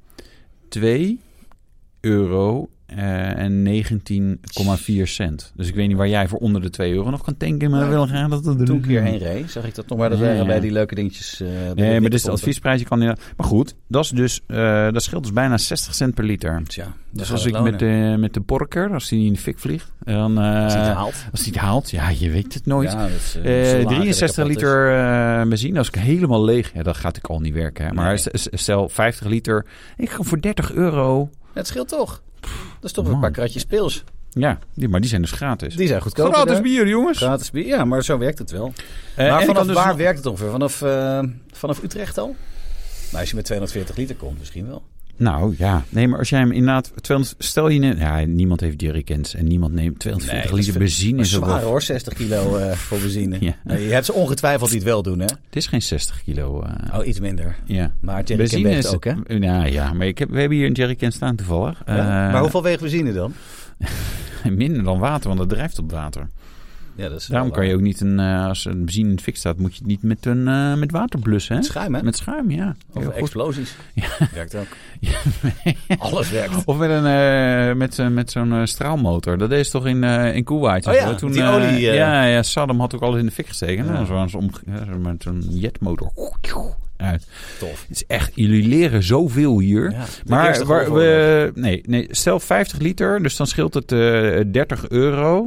€2 en 19,4 cent. Dus ik weet niet waar jij voor onder de €2 nog kan tanken. Maar wil graag dat toen ik hierheen reed, zag ik dat nog maar. Dat waren bij die leuke dingetjes. Nee, maar dit is de adviesprijs. Je kan niet. Maar goed, dat is dus, dat scheelt dus bijna 60 cent per liter. Tja, dus als ik met de Porker, als die in de fik vliegt, dan, als hij het haalt, ja, je weet het nooit. Ja, 63 liter benzine, als ik helemaal leeg, ja, dat gaat ik al niet werken. Hè. Maar stel 50 liter, ik ga voor €30. Het scheelt toch? Dat is toch een paar kratjes pils. Ja, maar die zijn dus gratis. Die zijn goedkoop. Gratis bier, jongens. Gratis bier, ja, maar zo werkt het wel. Maar vanaf waar werkt het ongeveer? Vanaf Utrecht al? Nou, als je met 240 liter komt, misschien wel. Nou ja, nee, maar als jij hem inderdaad... Stel je neemt... Ja, niemand heeft jerrycans en niemand neemt 240 liter benzine. Dat is zwaar hoor, 60 kilo voor benzine. Ja. Nou, je hebt ze ongetwijfeld die het wel doen, hè? Het is geen 60 kilo. Iets minder. Ja. Maar jerrycan weegt ook, hè? Nou ja, maar we hebben hier een jerrycan staan toevallig. Maar hoeveel weegt benzine dan? Minder dan water, want het drijft op water. Ja, dat is daarom kan je ook niet als een benzine in de fik staat, moet je het niet met water blussen. Hè? Met schuim, hè? Met schuim, ja. Of explosies. Ja. Werkt ook. Ja. Alles werkt. Of met zo'n straalmotor. Dat deed ze toch in Kuwait. Oh ja, toen, die olie. Ja, Saddam had ook alles in de fik gesteken. Ja. Dan was met zo'n jetmotor uit. Tof. Het is echt, jullie leren zoveel hier. Ja, maar stel 50 liter, dus dan scheelt het €30.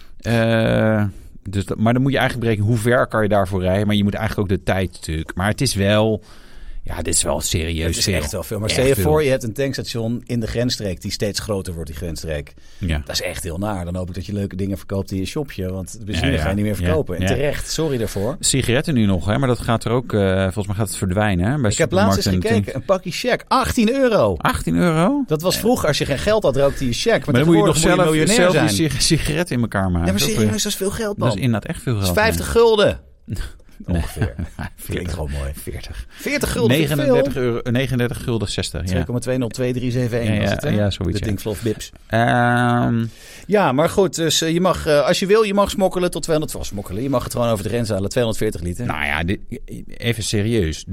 Maar dan moet je eigenlijk berekenen hoe ver kan je daarvoor rijden. Maar je moet eigenlijk ook de tijd natuurlijk. Maar het is wel... Ja, dit is wel serieus. Het is echt wel veel. Maar stel je voor, je hebt een tankstation in de grensstreek die steeds groter wordt, die grensstreek. Ja. Dat is echt heel naar. Dan hoop ik dat je leuke dingen verkoopt in je shopje. Want de benzine ga je niet meer verkopen. En terecht, sorry daarvoor. Sigaretten nu nog, hè? Maar dat gaat er ook... volgens mij gaat het verdwijnen. Hè? Bij ik heb laatst eens gekeken. Een pakje Shaq. €18. €18? Dat was vroeger. Als je geen geld had, rookte je Shaq. Maar dan moet je nog zelf je sigaretten in elkaar maken. Ja, maar serieus, dat is veel geld, man. Dat is inderdaad echt veel geld. Dat is €50. Ongeveer. Klinkt gewoon mooi. 40 gulden. 39 gulden 60. 2,202371 was het, hè? Ja, zoiets. De Dinkflof Bips. Ja, maar goed. Dus je mag, als je wil, je mag smokkelen tot 200... smokkelen. Je mag het gewoon over de grens halen. 240 liter. Nou ja, even serieus.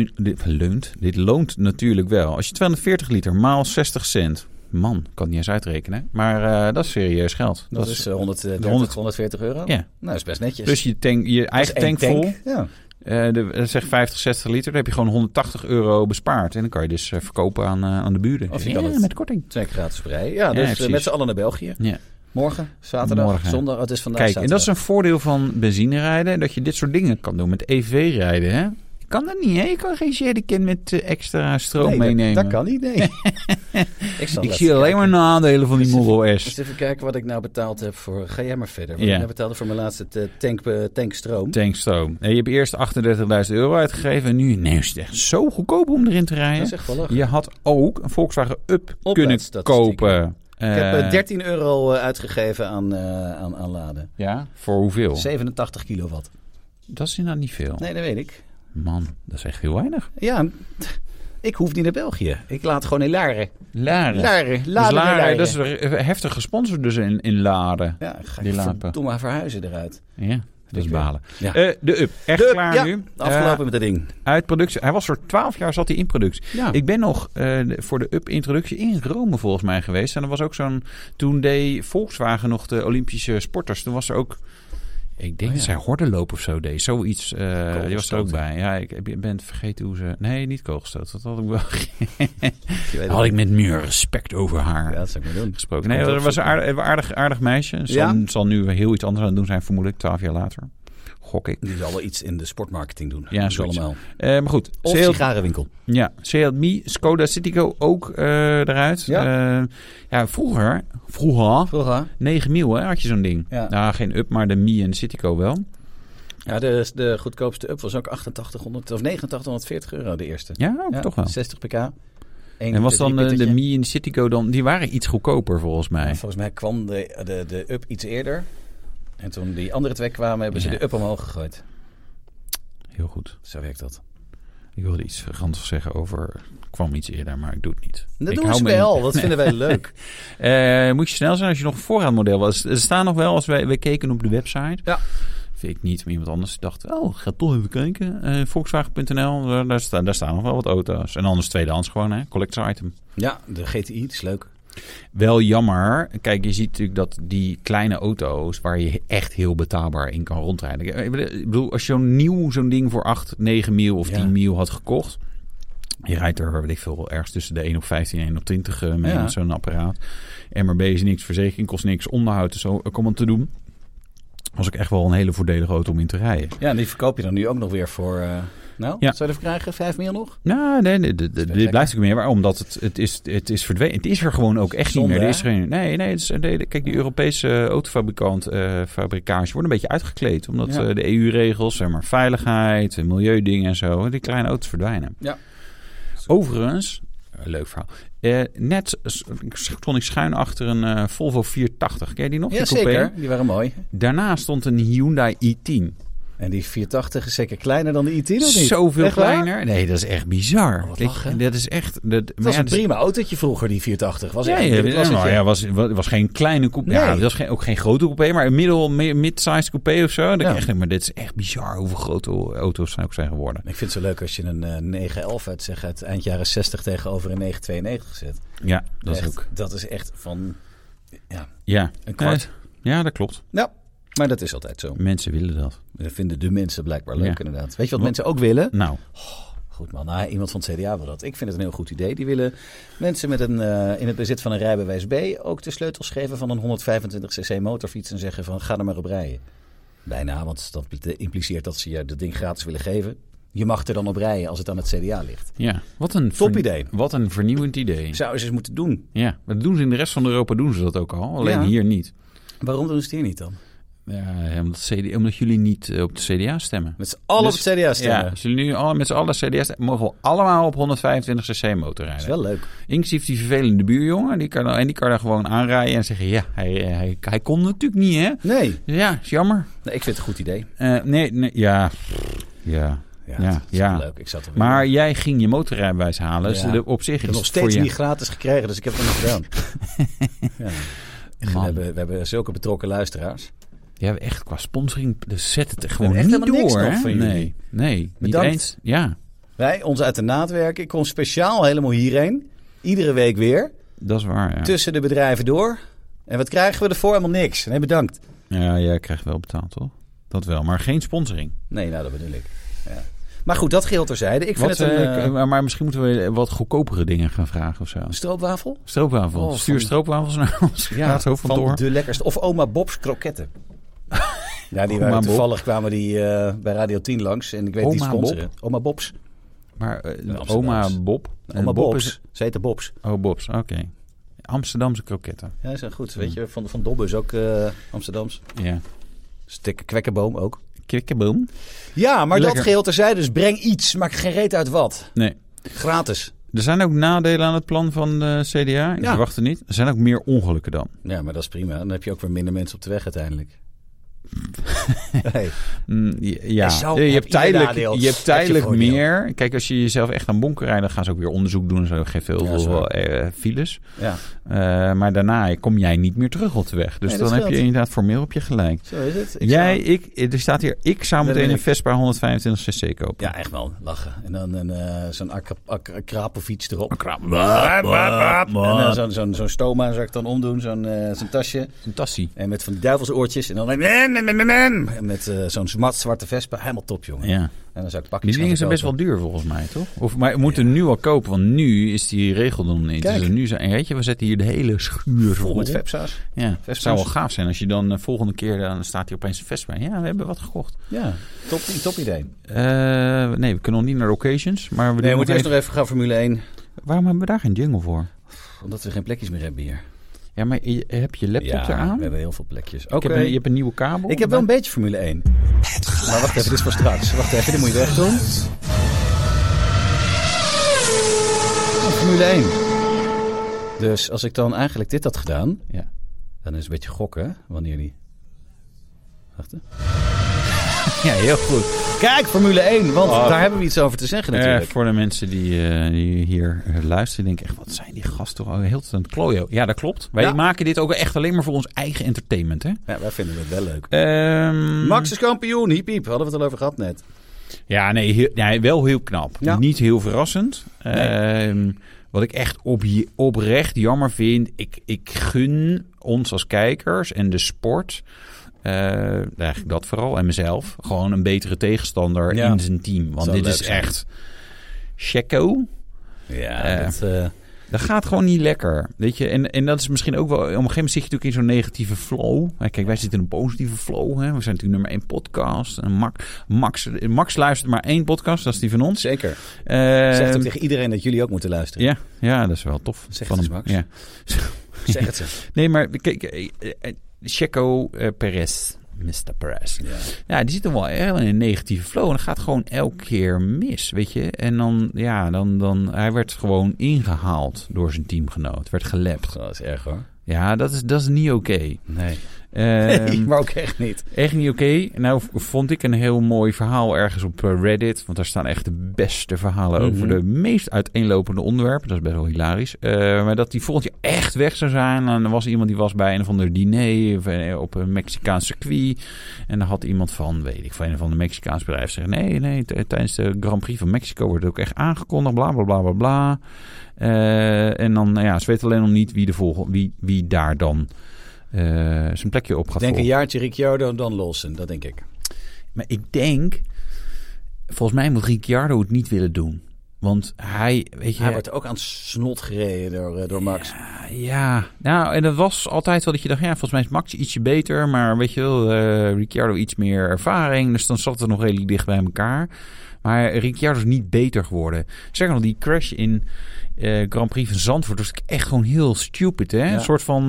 Dit loont natuurlijk wel. Als je 240 liter maal 60 cent... Man, kan niet eens uitrekenen. Maar dat is serieus geld. Dat is 140 euro? Ja. Nou, dat is best netjes. Dus je eigen tank vol. Ja. Dat zegt 50, 60 liter. Dan heb je gewoon 180 euro bespaard. En dan kan je dus verkopen aan de buren. Of je kan het met korting. 2 gratis breien. Ja, dus met z'n allen naar België. Ja. Morgen, zaterdag, zondag. Het is vandaag Kijk, zaterdag. En dat is een voordeel van benzinerijden. Dat je dit soort dingen kan doen met EV-rijden, hè? Kan dat niet, hè? Je kan geen jerrycan met extra stroom meenemen. Dat kan niet, nee. Ik zie alleen maar nadelen van die Model S. Dus even kijken wat ik nou betaald heb voor... Ga jij maar verder. Wat ik nou betaalde voor mijn laatste tankstroom. Tankstroom. Je hebt eerst 38.000 euro uitgegeven. En nu is het echt zo goedkoop om erin te rijden. Dat is echt wel lachen. Je had ook een Volkswagen Up kunnen kopen. Ik heb 13 euro uitgegeven aan laden. Ja? Voor hoeveel? 87 kilowatt. Dat is inderdaad niet veel. Nee, dat weet ik. Man, dat is echt heel weinig. Ja, ik hoef niet naar België. Ik laat gewoon in Laren. Laren, dat is heftig gesponsord dus in Laren. Ja, ga ik verdomme verhuizen eruit. Ja, dat is balen. Ja. De Up, echt klaar nu. Afgelopen met dat ding. Uit productie. Hij was voor 12 jaar zat hij in productie. Ja. Ik ben nog voor de Up introductie in Rome volgens mij geweest. En er was ook toen deed Volkswagen nog de Olympische sporters. Toen was er ook... Ik denk dat zij hordenloop of zo deed. Zoiets. Die was er ook bij. Ja, ik ben vergeten hoe ze... Nee, niet kogelstoot. Dat had ik wel... had ik met meer respect over haar dat zou ik maar doen. gesproken. Nee, dat was een aardig meisje. Zal nu heel iets anders aan doen zijn, vermoedelijk. 12 jaar later. Gok ik. Die zal wel iets in de sportmarketing doen. Ja, dat allemaal. Maar goed. Of sigarenwinkel. Ja, CLMI, Skoda Citigo ook eruit. Ja, vroeger 9 mil had je zo'n ding. Ja. Nou, geen Up, maar de Mi en de Citigo wel. Ja, de goedkoopste Up was ook 8800 of 8940 euro de eerste. Ja, toch wel. 60 pk. En was dan de Mi en de Citigo dan... Die waren iets goedkoper volgens mij. Ja, volgens mij kwam de Up iets eerder. En toen die andere twee kwamen, hebben ze de Up omhoog gegooid. Heel goed. Zo werkt dat. Ik wilde iets grandigs zeggen over... kwam iets eerder, maar ik doe het niet. Dat doen ze wel. Dat vinden wij leuk. Moet je snel zijn als je nog een voorraadmodel was. Er staan nog wel, als wij keken op de website... Ja. Vind ik niet, maar iemand anders dacht... ga toch even kijken. Volkswagen.nl, daar staan nog wel wat auto's. En anders tweedehands gewoon, hè. Collector item. Ja, de GTI, dat is leuk. Wel jammer. Kijk, je ziet natuurlijk dat die kleine auto's... waar je echt heel betaalbaar in kan rondrijden. Ik bedoel, als je zo'n ding voor 8, 9 mil of 10 mil had gekocht... Je rijdt er, weet ik veel, ergens tussen de 1 op 15 en 1 op 20 mee met zo'n apparaat. MRB is niks, verzekering kost niks, onderhoud is zo om het te doen. Was ook echt wel een hele voordelige auto om in te rijden. Ja, en die verkoop je dan nu ook nog weer voor... zou je ervoor krijgen? 5 mil nog? Nou, nee, dit blijft ook meer. Maar omdat het is verdwenen. Het is er gewoon ook echt niet meer. Er is geen, kijk, die Europese autofabrikage wordt een beetje uitgekleed. Omdat de EU-regels, zeg maar, veiligheid, milieudingen en zo, die kleine auto's verdwijnen. Ja. Overigens, leuk verhaal. Net stond ik schuin achter een Volvo 480. Ken je die nog? Ja, zeker. Die waren mooi. Daarna stond een Hyundai i10. En die 480 is zeker kleiner dan de i10, of niet? Zoveel kleiner? Waar? Nee, dat is echt bizar. Dat is echt... Dat was een prima autootje vroeger, die 480. Was geen kleine coupé. Nee. Ja, het was ook geen grote coupé, maar een mid-sized coupé of zo. Maar dit is echt bizar hoeveel grote auto's zijn ook zijn geworden. Ik vind het zo leuk als je een 911 uit eind jaren 60 tegenover een 992 zet. Ja, dat is ook. Dat is echt van... een kwart. Ja, dat klopt. Ja. Maar dat is altijd zo. Mensen willen dat. Dat vinden de mensen blijkbaar leuk, inderdaad. Weet je wat mensen ook willen? Nou. Goed man, iemand van het CDA wil dat. Ik vind het een heel goed idee. Die willen mensen met in het bezit van een rijbewijs B... ook de sleutels geven van een 125cc motorfiets... en zeggen van ga er maar op rijden. Bijna, want dat impliceert dat ze je dat ding gratis willen geven. Je mag er dan op rijden als het aan het CDA ligt. Ja, wat een top idee. Wat een vernieuwend idee. Zou ze eens moeten doen. Ja, dat doen ze in de rest van Europa doen ze dat ook al. Alleen hier niet. Waarom doen ze het hier niet dan? Ja, omdat jullie niet op de CDA stemmen. Met z'n allen op het CDA stemmen? Ja, als jullie nu met z'n allen CDA stemmen, mogen we allemaal op 125cc motor rijden. Dat is wel leuk. Inclusief die vervelende buurjongen, die kan daar gewoon aanrijden en zeggen, ja, hij kon natuurlijk niet, hè? Nee. Ja, is jammer. Nee, ik vind het een goed idee. Ja. Ja, dat is wel leuk. Ik zat maar jij ging je motorrijbewijs halen. Dus op zich ik heb nog steeds niet gratis gekregen, dus ik heb het nog gedaan. We hebben zulke betrokken luisteraars. Ja, echt qua sponsoring, dus zet het er gewoon niet door. Hè? Nee, niet eens. Ja. Wij, ons uit de naad werken. Ik kom speciaal helemaal hierheen. Iedere week weer. Dat is waar, ja. Tussen de bedrijven door. En wat krijgen we ervoor? Helemaal niks. Nee, bedankt. Ja, jij krijgt wel betaald, toch? Dat wel, maar geen sponsoring. Nee, nou, dat bedoel ik. Ja. Maar goed, dat geheel terzijde. Ik vind maar misschien moeten we wat goedkopere dingen gaan vragen of zo. Stroopwafel? Stroopwafel. Stuur stroopwafels naar ons. Ja, van de lekkerste. Of oma Bob's kroketten. Ja, die waren toevallig kwamen die bij Radio 10 langs. En ik weet die sponsoren. Oma Bob's. Maar oma Bob? Oma Bob's. Ze heette Bob's. Oh, Bob's. Oké. Amsterdamse kroketten. Ja, dat is goed. Weet je, van Dobbe is ook Amsterdams. Ja. Stikke kwekkenboom ook. Kwekkenboom? Ja, maar lekker. Dat geheel terzijde. Dus breng iets. Maak geen reet uit wat. Nee. Gratis. Er zijn ook nadelen aan het plan van de CDA. Ik verwacht het niet. Er zijn ook meer ongelukken dan. Ja, maar dat is prima. Dan heb je ook weer minder mensen op de weg uiteindelijk. Hey. Ja, je hebt tijdelijk meer. Kijk, als je jezelf echt aan bonken rijdt, dan gaan ze ook weer onderzoek doen. Zo geeft veel files. Ja. Maar daarna kom jij niet meer terug op de weg. Dus dan heb je inderdaad formeel op je gelijk. Zo is het. Er staat hier, ik zou meteen een Vespa 125cc kopen. Ja, echt wel. Lachen. En dan zo'n Akrapovic erop. En zo'n stoma zou ik dan omdoen. Zo'n tasje. Zo'n tassie. En met van die duivelsoortjes. En dan met zo'n zwarte Vespa. Helemaal top, jongen. Ja. En dan zou ik pakjes die dingen zijn best wel duur volgens mij, toch? Maar we moeten nu al kopen, want nu is die regel nog niet. Dus nu zijn, weet je, we zetten hier de hele schuur vol met Vespa's. Ja, het zou wel gaaf zijn als je dan volgende keer, dan staat hier opeens een Vespa. Ja, we hebben wat gekocht. Ja, top idee. Nee, we kunnen nog niet naar occasions. Maar we moeten eerst nog even gaan Formule 1. Waarom hebben we daar geen jingle voor? Omdat we geen plekjes meer hebben hier. Ja, maar heb je laptop eraan? We hebben heel veel plekjes. Je hebt een nieuwe kabel? Ik heb wel een beetje Formule 1. Maar wacht even, dit is voor straks. Wacht even, dit moet je weg doen. Formule 1. Dus als ik dan eigenlijk dit had gedaan, dan is het een beetje gokken wanneer die... Wacht even. Ja, heel goed. Kijk, Formule 1, want daar hebben we iets over te zeggen natuurlijk. Voor de mensen die hier luisteren, denk ik echt, wat zijn die gasten toch heel aan het klooien. Ja, dat klopt. Wij maken dit ook echt alleen maar voor ons eigen entertainment, hè? Ja, wij vinden het wel leuk. Max is kampioen, hiep hiep. Hadden we het al over gehad net. Ja, nee, wel heel knap. Ja. Niet heel verrassend. Nee. Wat ik echt oprecht jammer vind, ik gun ons als kijkers en de sport... eigenlijk dat vooral. En mezelf. Gewoon een betere tegenstander in zijn team. Want dit is echt... Checo. Ja, dat gaat gewoon niet lekker. Weet je? En dat is misschien ook wel... Op een gegeven moment zit je natuurlijk in zo'n negatieve flow. Kijk, wij zitten in een positieve flow. Hè? We zijn natuurlijk nummer 1 podcast. En Max luistert maar 1 podcast. Dat is die van ons. Zeker. Zegt ook tegen iedereen dat jullie ook moeten luisteren. Ja, dat is wel tof. Zeg het eens, Max. Ja. Zeg het eens. Nee, maar kijk... Checo Perez, Mr. Perez. Ja, die zit dan wel in een negatieve flow. En dat gaat gewoon elke keer mis, weet je. En dan hij werd gewoon ingehaald door zijn teamgenoot. Werd gelapt. Dat is erg, hoor. Ja, dat is niet oké. Nee. Maar ook echt niet. Echt niet oké. Nou vond ik een heel mooi verhaal ergens op Reddit. Want daar staan echt de beste verhalen over de meest uiteenlopende onderwerpen. Dat is best wel hilarisch. Maar dat die volgend jaar echt weg zou zijn. En er was iemand die was bij een of ander diner op een Mexicaans circuit. En dan had iemand van een van de Mexicaans bedrijf zeggen... Nee, tijdens de Grand Prix van Mexico wordt het ook echt aangekondigd. Bla, bla, bla, bla, bla. En dan, ze weten alleen nog niet wie daar dan... zijn plekje op gaat volgen. Een jaartje Ricciardo en dan Lawson, dat denk ik. Maar ik denk, volgens mij moet Ricciardo het niet willen doen. Want hij wordt ook aan het snot gereden door Max. Ja, nou, en dat was altijd wel dat je dacht, volgens mij is Max ietsje beter, maar weet je wel, Ricciardo iets meer ervaring. Dus dan zat het nog redelijk dicht bij elkaar. Maar Ricciardo is niet beter geworden. Zeg nog, die crash in Grand Prix van Zandvoort was echt gewoon heel stupid. Hè? Ja. Een soort van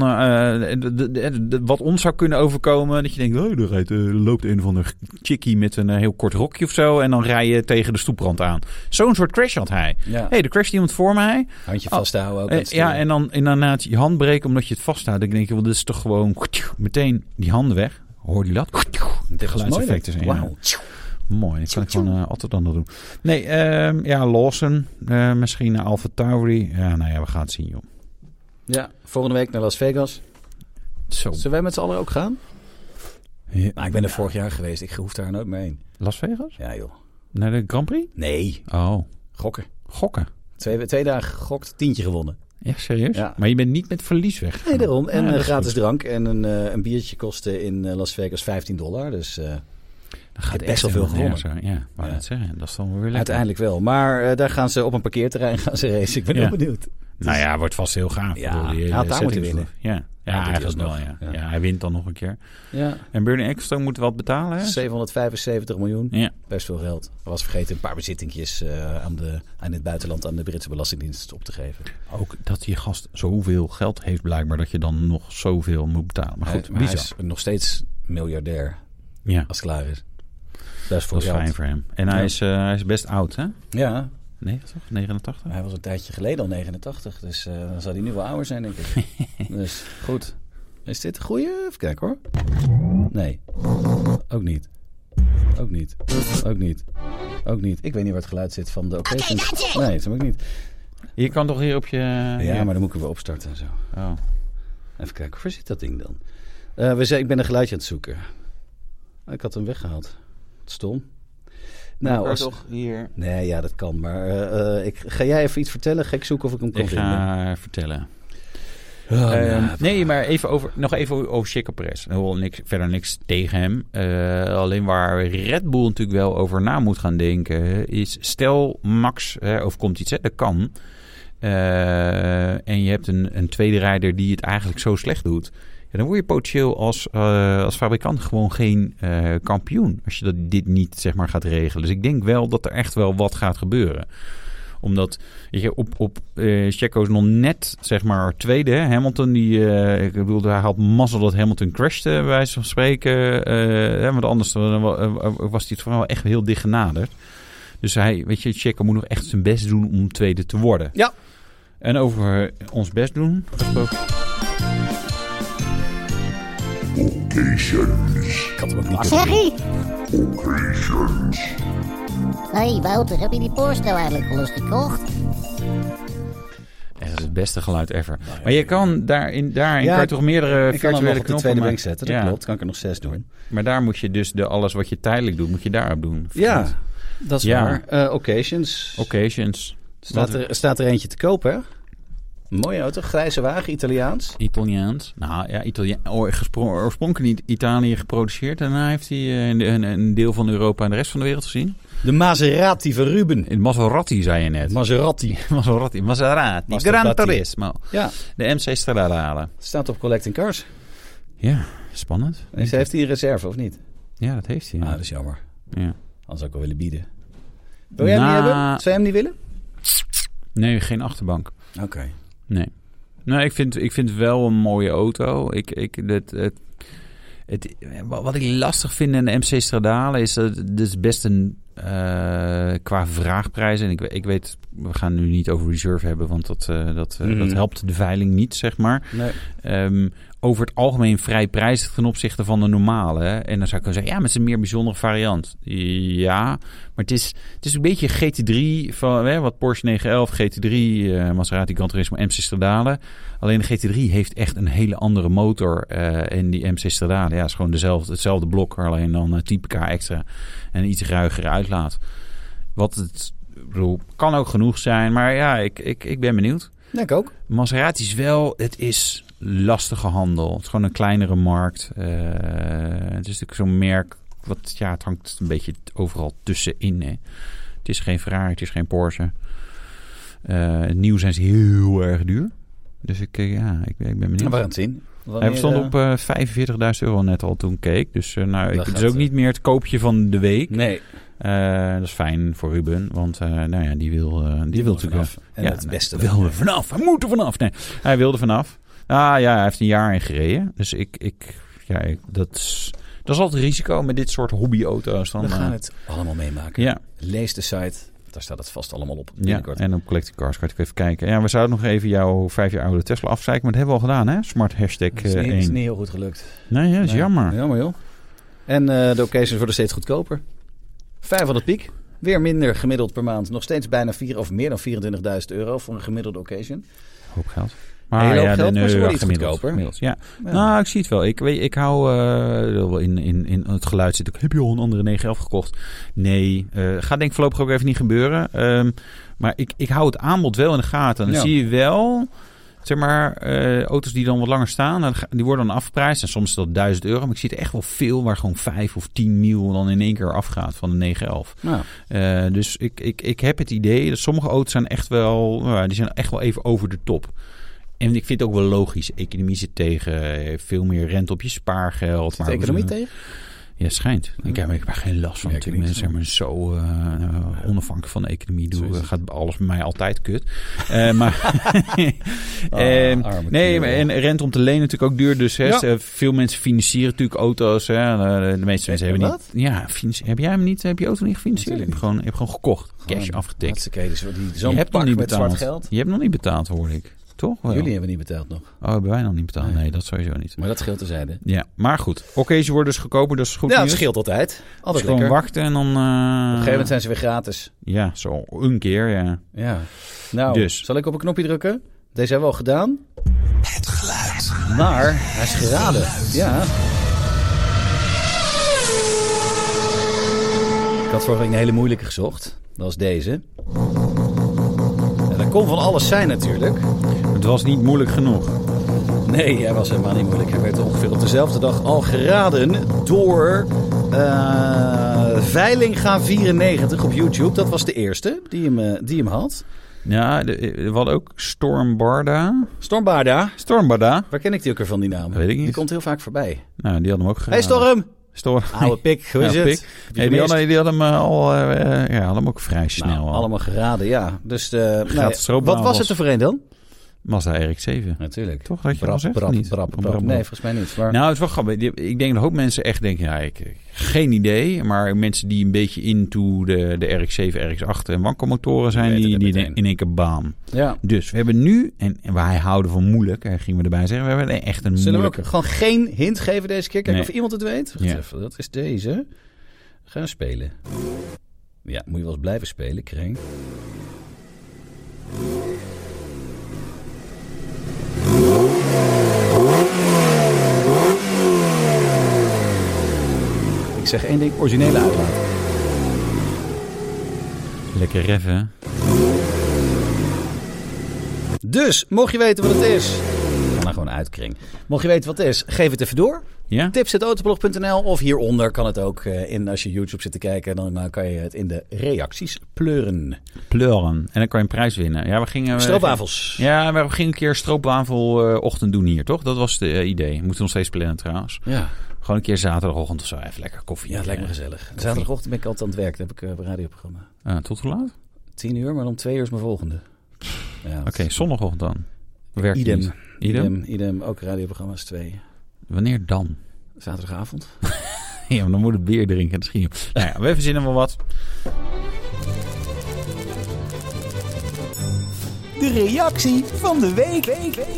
wat ons zou kunnen overkomen. Dat je denkt, er loopt een of ander chickie met een heel kort rokje of zo. En dan rij je tegen de stoeprand aan. Zo'n soort crash had hij. Ja. Er crasht iemand voor mij. Handje vasthouden ook. En dan inderdaad je hand breken omdat je het vasthoudt. Dan denk je, dit is toch gewoon meteen die handen weg. Hoor je dat? De geluidseffecten zijn. Wow. Mooi, dat kan ik gewoon altijd dan nog doen. Nee, Lawson. Misschien Alpha Tauri. Ja, nou ja, we gaan het zien, joh. Ja, volgende week naar Las Vegas. Zo. Zullen wij met z'n allen ook gaan? Ja. Nou, ik ben er vorig jaar geweest. Ik hoef daar nooit mee heen. Las Vegas? Ja, joh. Naar de Grand Prix? Nee. Oh. Gokken. Twee dagen gegokt, 10 gewonnen. Ja, serieus? Ja. Maar je bent niet met verlies weg. Nee, daarom. En gratis drank. En een biertje kostte in Las Vegas $15. Dus dan gaat best wel veel gewonnen. Ja, maar dat zeggen. Dat is dan weer lekker. Uiteindelijk wel. Maar daar gaan ze op een parkeerterrein racen. Ik ben heel benieuwd. Nou ja, wordt vast heel gaaf. Ja, hij had daar moeten winnen. Ja, eigenlijk wel. Ja, hij wint dan nog een keir. Ja. En Bernie Ecclestone moet wat betalen, hè? $775 miljoen. Ja. Best veel geld. Hij was vergeten een paar bezittingjes aan het buitenland aan de Britse Belastingdienst op te geven. Ook dat die gast zoveel geld heeft blijkbaar dat je dan nog zoveel moet betalen. Maar goed, hij is nog steeds miljardair als het klaar is. Dat is fijn voor hem. En hij is best oud, hè? Ja. Nee, toch? 89? Hij was een tijdje geleden al 89. Dus dan zal hij nu wel ouder zijn, denk ik. Dus goed. Is dit een goeie? Even kijken, hoor. Nee. Ook niet. Ik weet niet waar het geluid zit van de occasion. Nee, dat heb ik niet. Je kan toch hier op je... Ja, maar dan moet ik hem weer opstarten en zo. Oh. Even kijken, waar zit dat ding dan? Ik ben een geluidje aan het zoeken. Ik had hem weggehaald. Stom. Nou, toch hier... Nee, ja, dat kan. Maar ga jij even iets vertellen? Ga ik zoeken of ik hem kan vinden? Ik ga vertellen. Nee, maar nog even over Checo Perez. Verder niks tegen hem. Alleen waar Red Bull natuurlijk wel over na moet gaan denken... is stel Max overkomt iets, dat kan. En je hebt een tweede rijder die het eigenlijk zo slecht doet... Ja, dan word je potentieel als fabrikant gewoon geen kampioen. Als je dit niet zeg maar gaat regelen. Dus ik denk wel dat er echt wel wat gaat gebeuren. Omdat op Checo is nog net zeg maar tweede. Hè? Hamilton, ik bedoel, hij had mazzel dat Hamilton crashte, bij wijze van spreken. Want anders was hij het vooral echt heel dicht genaderd. Dus Checo moet nog echt zijn best doen om tweede te worden. Ja. En over ons best doen... Occasions. Ik had hem ook niet Wat zeg je? Occasions. Hey Wouter, heb je die Porsche nou eigenlijk al eens gekocht? Dat is het beste geluid ever. Maar je kan daarin kan je toch meerdere virtuele knoppen op de tweede bank zetten. Dat klopt. Kan ik er nog 6 doen. Maar daar moet je dus alles wat je tijdelijk doet, moet je daarop doen. Ja, dat is waar. Occasions. Staat er eentje te kopen, hè? Mooie auto, grijze wagen, Italiaans. Nou ja, oorspronkelijk in Italië geproduceerd. Daarna heeft hij een deel van Europa en de rest van de wereld gezien. De Maserati van Ruben. In Maserati zei je net. Maserati. Gran Turismo. Ja. De MC Stradale. Staat op Collecting Cars. Ja, spannend. Heeft hij een reserve of niet? Ja, dat heeft hij. Ah, dat is jammer. Ja. Anders zou ik wel willen bieden. Wil jij hem niet hebben? Zou je hem niet willen? Nee, geen achterbank. Oké. Nee. Nou, ik vind het wel een mooie auto. Wat ik lastig vind in de MC Stradale is dat het is best een qua vraagprijs. En ik weet, we gaan nu niet over reserve hebben, want dat helpt de veiling niet, zeg maar. Nee. Over het algemeen vrij prijzig ten opzichte van de normale. En dan zou ik kunnen zeggen, ja, maar het is een meer bijzondere variant. Ja, maar het is een beetje GT3 van wat Porsche 911, GT3, Maserati Gran Turismo, MC Stradale. Alleen de GT3 heeft echt een hele andere motor. En die MC Stradale, is gewoon hetzelfde blok, alleen dan 10 pk extra en een iets ruigere uitlaat. Kan ook genoeg zijn, maar ja, ik ben benieuwd. Ja, ik ook. Maserati is het is lastige handel. Het is gewoon een kleinere markt. Het is natuurlijk zo'n merk. Het hangt een beetje overal tussenin. Hè. Het is geen Ferrari, het is geen Porsche. Nieuw zijn ze heel erg duur. Dus ik ben benieuwd. We gaan het zien. Hij stond op €45.000 net al toen ik keek. Dus het is ook niet meer het koopje van de week. Nee. Dat is fijn voor Ruben, want die wil natuurlijk vanaf. En het beste wilde vanaf. Hij moet er vanaf. Nee, hij wilde vanaf. Hij heeft een jaar in gereden. Dus dat is altijd risico met dit soort hobbyauto's. We gaan het allemaal meemaken. Ja. Lees de site. Daar staat het vast allemaal op. Ja, en op Collecting Cars kan ik even kijken. Ja, we zouden nog even jouw 5 jaar oude Tesla afzeiken, maar dat hebben we al gedaan, hè? Smart hashtag 1. Dat is niet heel goed gelukt. Nee, dat is jammer. Jammer, joh. En de occasions worden steeds goedkoper. 500 piek. Weer minder gemiddeld per maand. Nog steeds bijna meer dan €24.000 voor een gemiddelde occasion. Hoop geld. Maar heel geld, maar ze worden iets goedkoper. Ja. Nou, ik zie het wel. Ik hou in het geluid zit ook. Heb je al een andere 911 gekocht? Nee. Gaat denk ik voorlopig ook even niet gebeuren. Maar ik hou het aanbod wel in de gaten. En dan zie je wel, zeg maar, auto's die dan wat langer staan, die worden dan afgeprijsd. En soms is dat €1.000. Maar ik zie er echt wel veel waar gewoon 5 of 10 mil dan in één keer afgaat van de 911. Ja. Dus ik heb het idee dat sommige auto's zijn echt wel, die zijn echt wel even over de top. En ik vind het ook wel logisch. Economie zit tegen. Veel meer rente op je spaargeld. Zit de economie tegen? Ja, schijnt. Ik heb er geen last van. Ik ben zeg maar zo onafhankelijk van de economie. Gaat alles bij mij altijd kut. Nee, en rente om te lenen natuurlijk ook duur. Dus veel mensen financieren natuurlijk auto's. De meeste mensen hebben niet. Ja, heb jij hem niet? Heb je auto niet gefinancierd? Je hebt gewoon gekocht. Cash afgetikt. Je hebt nog niet betaald. Zwart geld. Je hebt nog niet betaald, hoor ik. Toch? Wel. Jullie hebben niet betaald nog. Oh, hebben wij nog niet betaald? Nee, dat sowieso niet. Maar dat scheelt terzijde. Ja, maar goed. Oké, ze worden dus goedkoper, dat is goed. Ja, het scheelt altijd. Altijd dus gewoon wachten en dan... Op een gegeven moment zijn ze weer gratis. Ja, zo een keer, ja. Nou, dus. Zal ik op een knopje drukken? Deze hebben we al gedaan. Het geluid. Maar hij is geraden. Ja. Ik had vorige week een hele moeilijke gezocht. Dat was deze. En dat kon van alles zijn natuurlijk. Het was niet moeilijk genoeg. Nee, hij was helemaal niet moeilijk. Hij werd ongeveer op dezelfde dag al geraden door Veilinga94 op YouTube. Dat was de eerste die hem had. Ja, we hadden ook Stormbarda. Stormbarda? Stormbarda. Waar ken ik die ook weer van, die naam? Weet ik niet. Die komt heel vaak voorbij. Nou, die hadden hem ook geraden. Hey Storm! Oude pik, hoe is het? Nee, die hadden hem hadden hem ook vrij snel. Allemaal geraden, ja. Dus wat was het er voor een dan? Mazda RX-7. Natuurlijk. Toch? Dat je al zegt? Nee, volgens mij niet. Maar... Nou, het is wel grappig. Ik denk dat een hoop mensen echt denken, geen idee. Maar mensen die een beetje into de RX-7, RX-8 en wankelmotoren zijn, die in één keer baan. Ja. Dus we hebben nu, en wij houden van moeilijk, gingen we erbij zeggen, we hebben echt een Zullen moeilijke... we ook gewoon geen hint geven deze keer? Kijken of iemand het weet. Wacht even, dat is deze. Gaan we spelen. Ja, moet je wel eens blijven spelen, Kreng. Ik zeg één ding, originele uitlaat. Lekker reffen. Dus, mocht je weten wat het is... Ik ga nou gewoon uitkring. Mocht je weten wat het is, geef het even door. Ja? tips@autoblog.nl of hieronder kan het ook als je YouTube zit te kijken. Dan kan je het in de reacties pleuren. En dan kan je een prijs winnen. Ja, stroopwafels. Ja, we gingen een keer stroopwafelochtend doen hier, toch? Dat was het idee. We moeten nog steeds plannen trouwens. Ja. Gewoon een keer zaterdagochtend of zo. Even lekker koffie. Ja, het lijkt me gezellig. Zaterdagochtend ben ik altijd aan het werk. Dan heb ik een radioprogramma. Tot hoe laat? 10:00, maar om 2 uur is mijn volgende. Ja, Oké, zondagochtend dan. Werkt idem. Ook radioprogramma's 2. Wanneer dan? Zaterdagavond. Ja, maar dan moet het bier drinken. Nou ja, we verzinnen wel wat. De reactie van de week.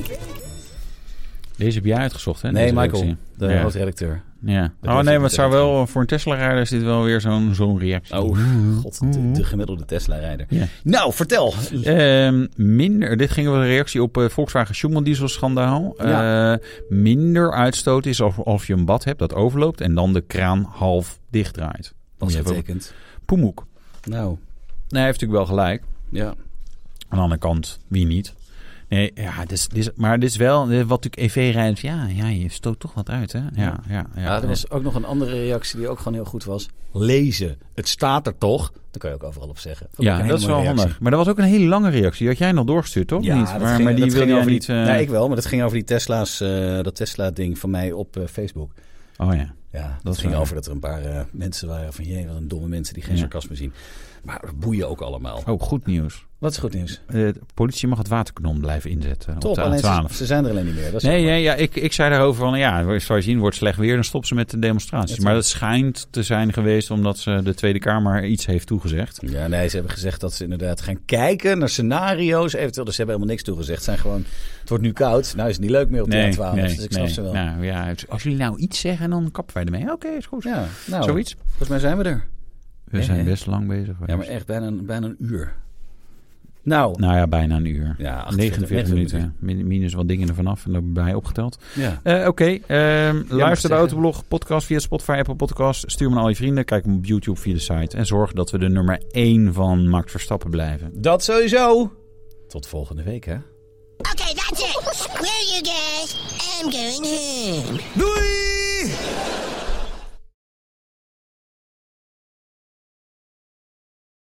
Deze heb jij uitgezocht, hè? Nee, Michael, de hoofdredacteur. Ja. Maar het zou wel voor een Tesla-rijder is dit wel weer zo'n reactie. Oh, god, de gemiddelde Tesla-rijder. Ja. Nou, vertel. Dit ging over een reactie op Volkswagen Schumann dieselschandaal. Ja. Minder uitstoot is als je een bad hebt dat overloopt en dan de kraan half dichtdraait. Wat betekent? Poemoek. Nou. Hij heeft natuurlijk wel gelijk. Ja. Aan de andere kant, wie niet? Nee, ja, maar dit is wel wat natuurlijk EV-rijders. Ja, je stoot toch wat uit, hè? Ja. Er was ook nog een andere reactie die ook gewoon heel goed was. Lezen. Het staat er toch? Daar kan je ook overal op zeggen. Dat is wel handig. Maar dat was ook een hele lange reactie. Die had jij nog doorgestuurd, toch? Ja, niet? Maar die wilde jij niet... Nee, ik wel. Maar dat ging over die Tesla's, dat Tesla-ding van mij op Facebook. Oh ja. Ja, dat ging over dat er een paar mensen waren van... wat een domme mensen die geen sarcasme zien. Maar boeien ook allemaal. Oh, goed nieuws. Wat is goed nieuws? De politie mag het waterkanon blijven inzetten. Top, op de A12. Ze zijn er alleen niet meer. Dat is ik zei daarover van... zoals je zien, wordt slecht weer. Dan stoppen ze met de demonstraties. Maar dat schijnt te zijn geweest... omdat ze de Tweede Kamer iets heeft toegezegd. Ja, nee, ze hebben gezegd dat ze inderdaad gaan kijken... naar scenario's eventueel. Dus ze hebben helemaal niks toegezegd. Zijn gewoon, het wordt nu koud. Nou is het niet leuk meer op de A12. Dus ik snap ze wel. Nou, ja, als jullie nou iets zeggen, dan kappen wij ermee. Oké, is goed. Ja, nou, zoiets. Volgens mij zijn we er. We zijn best lang bezig geweest. Ja, maar echt bijna een uur. Nou ja, bijna een uur. Ja, 49 minuten. Minus wat dingen ervan af en daarbij opgeteld. Ja. Oké. Luister de Autoblog podcast via Spotify, Apple Podcast. Stuur me naar al je vrienden. Kijk hem op YouTube via de site. En zorg dat we de nummer 1 van Max Verstappen blijven. Dat sowieso. Tot volgende week, hè? Okay, that's it. Screw you guys. I'm going home. Doei!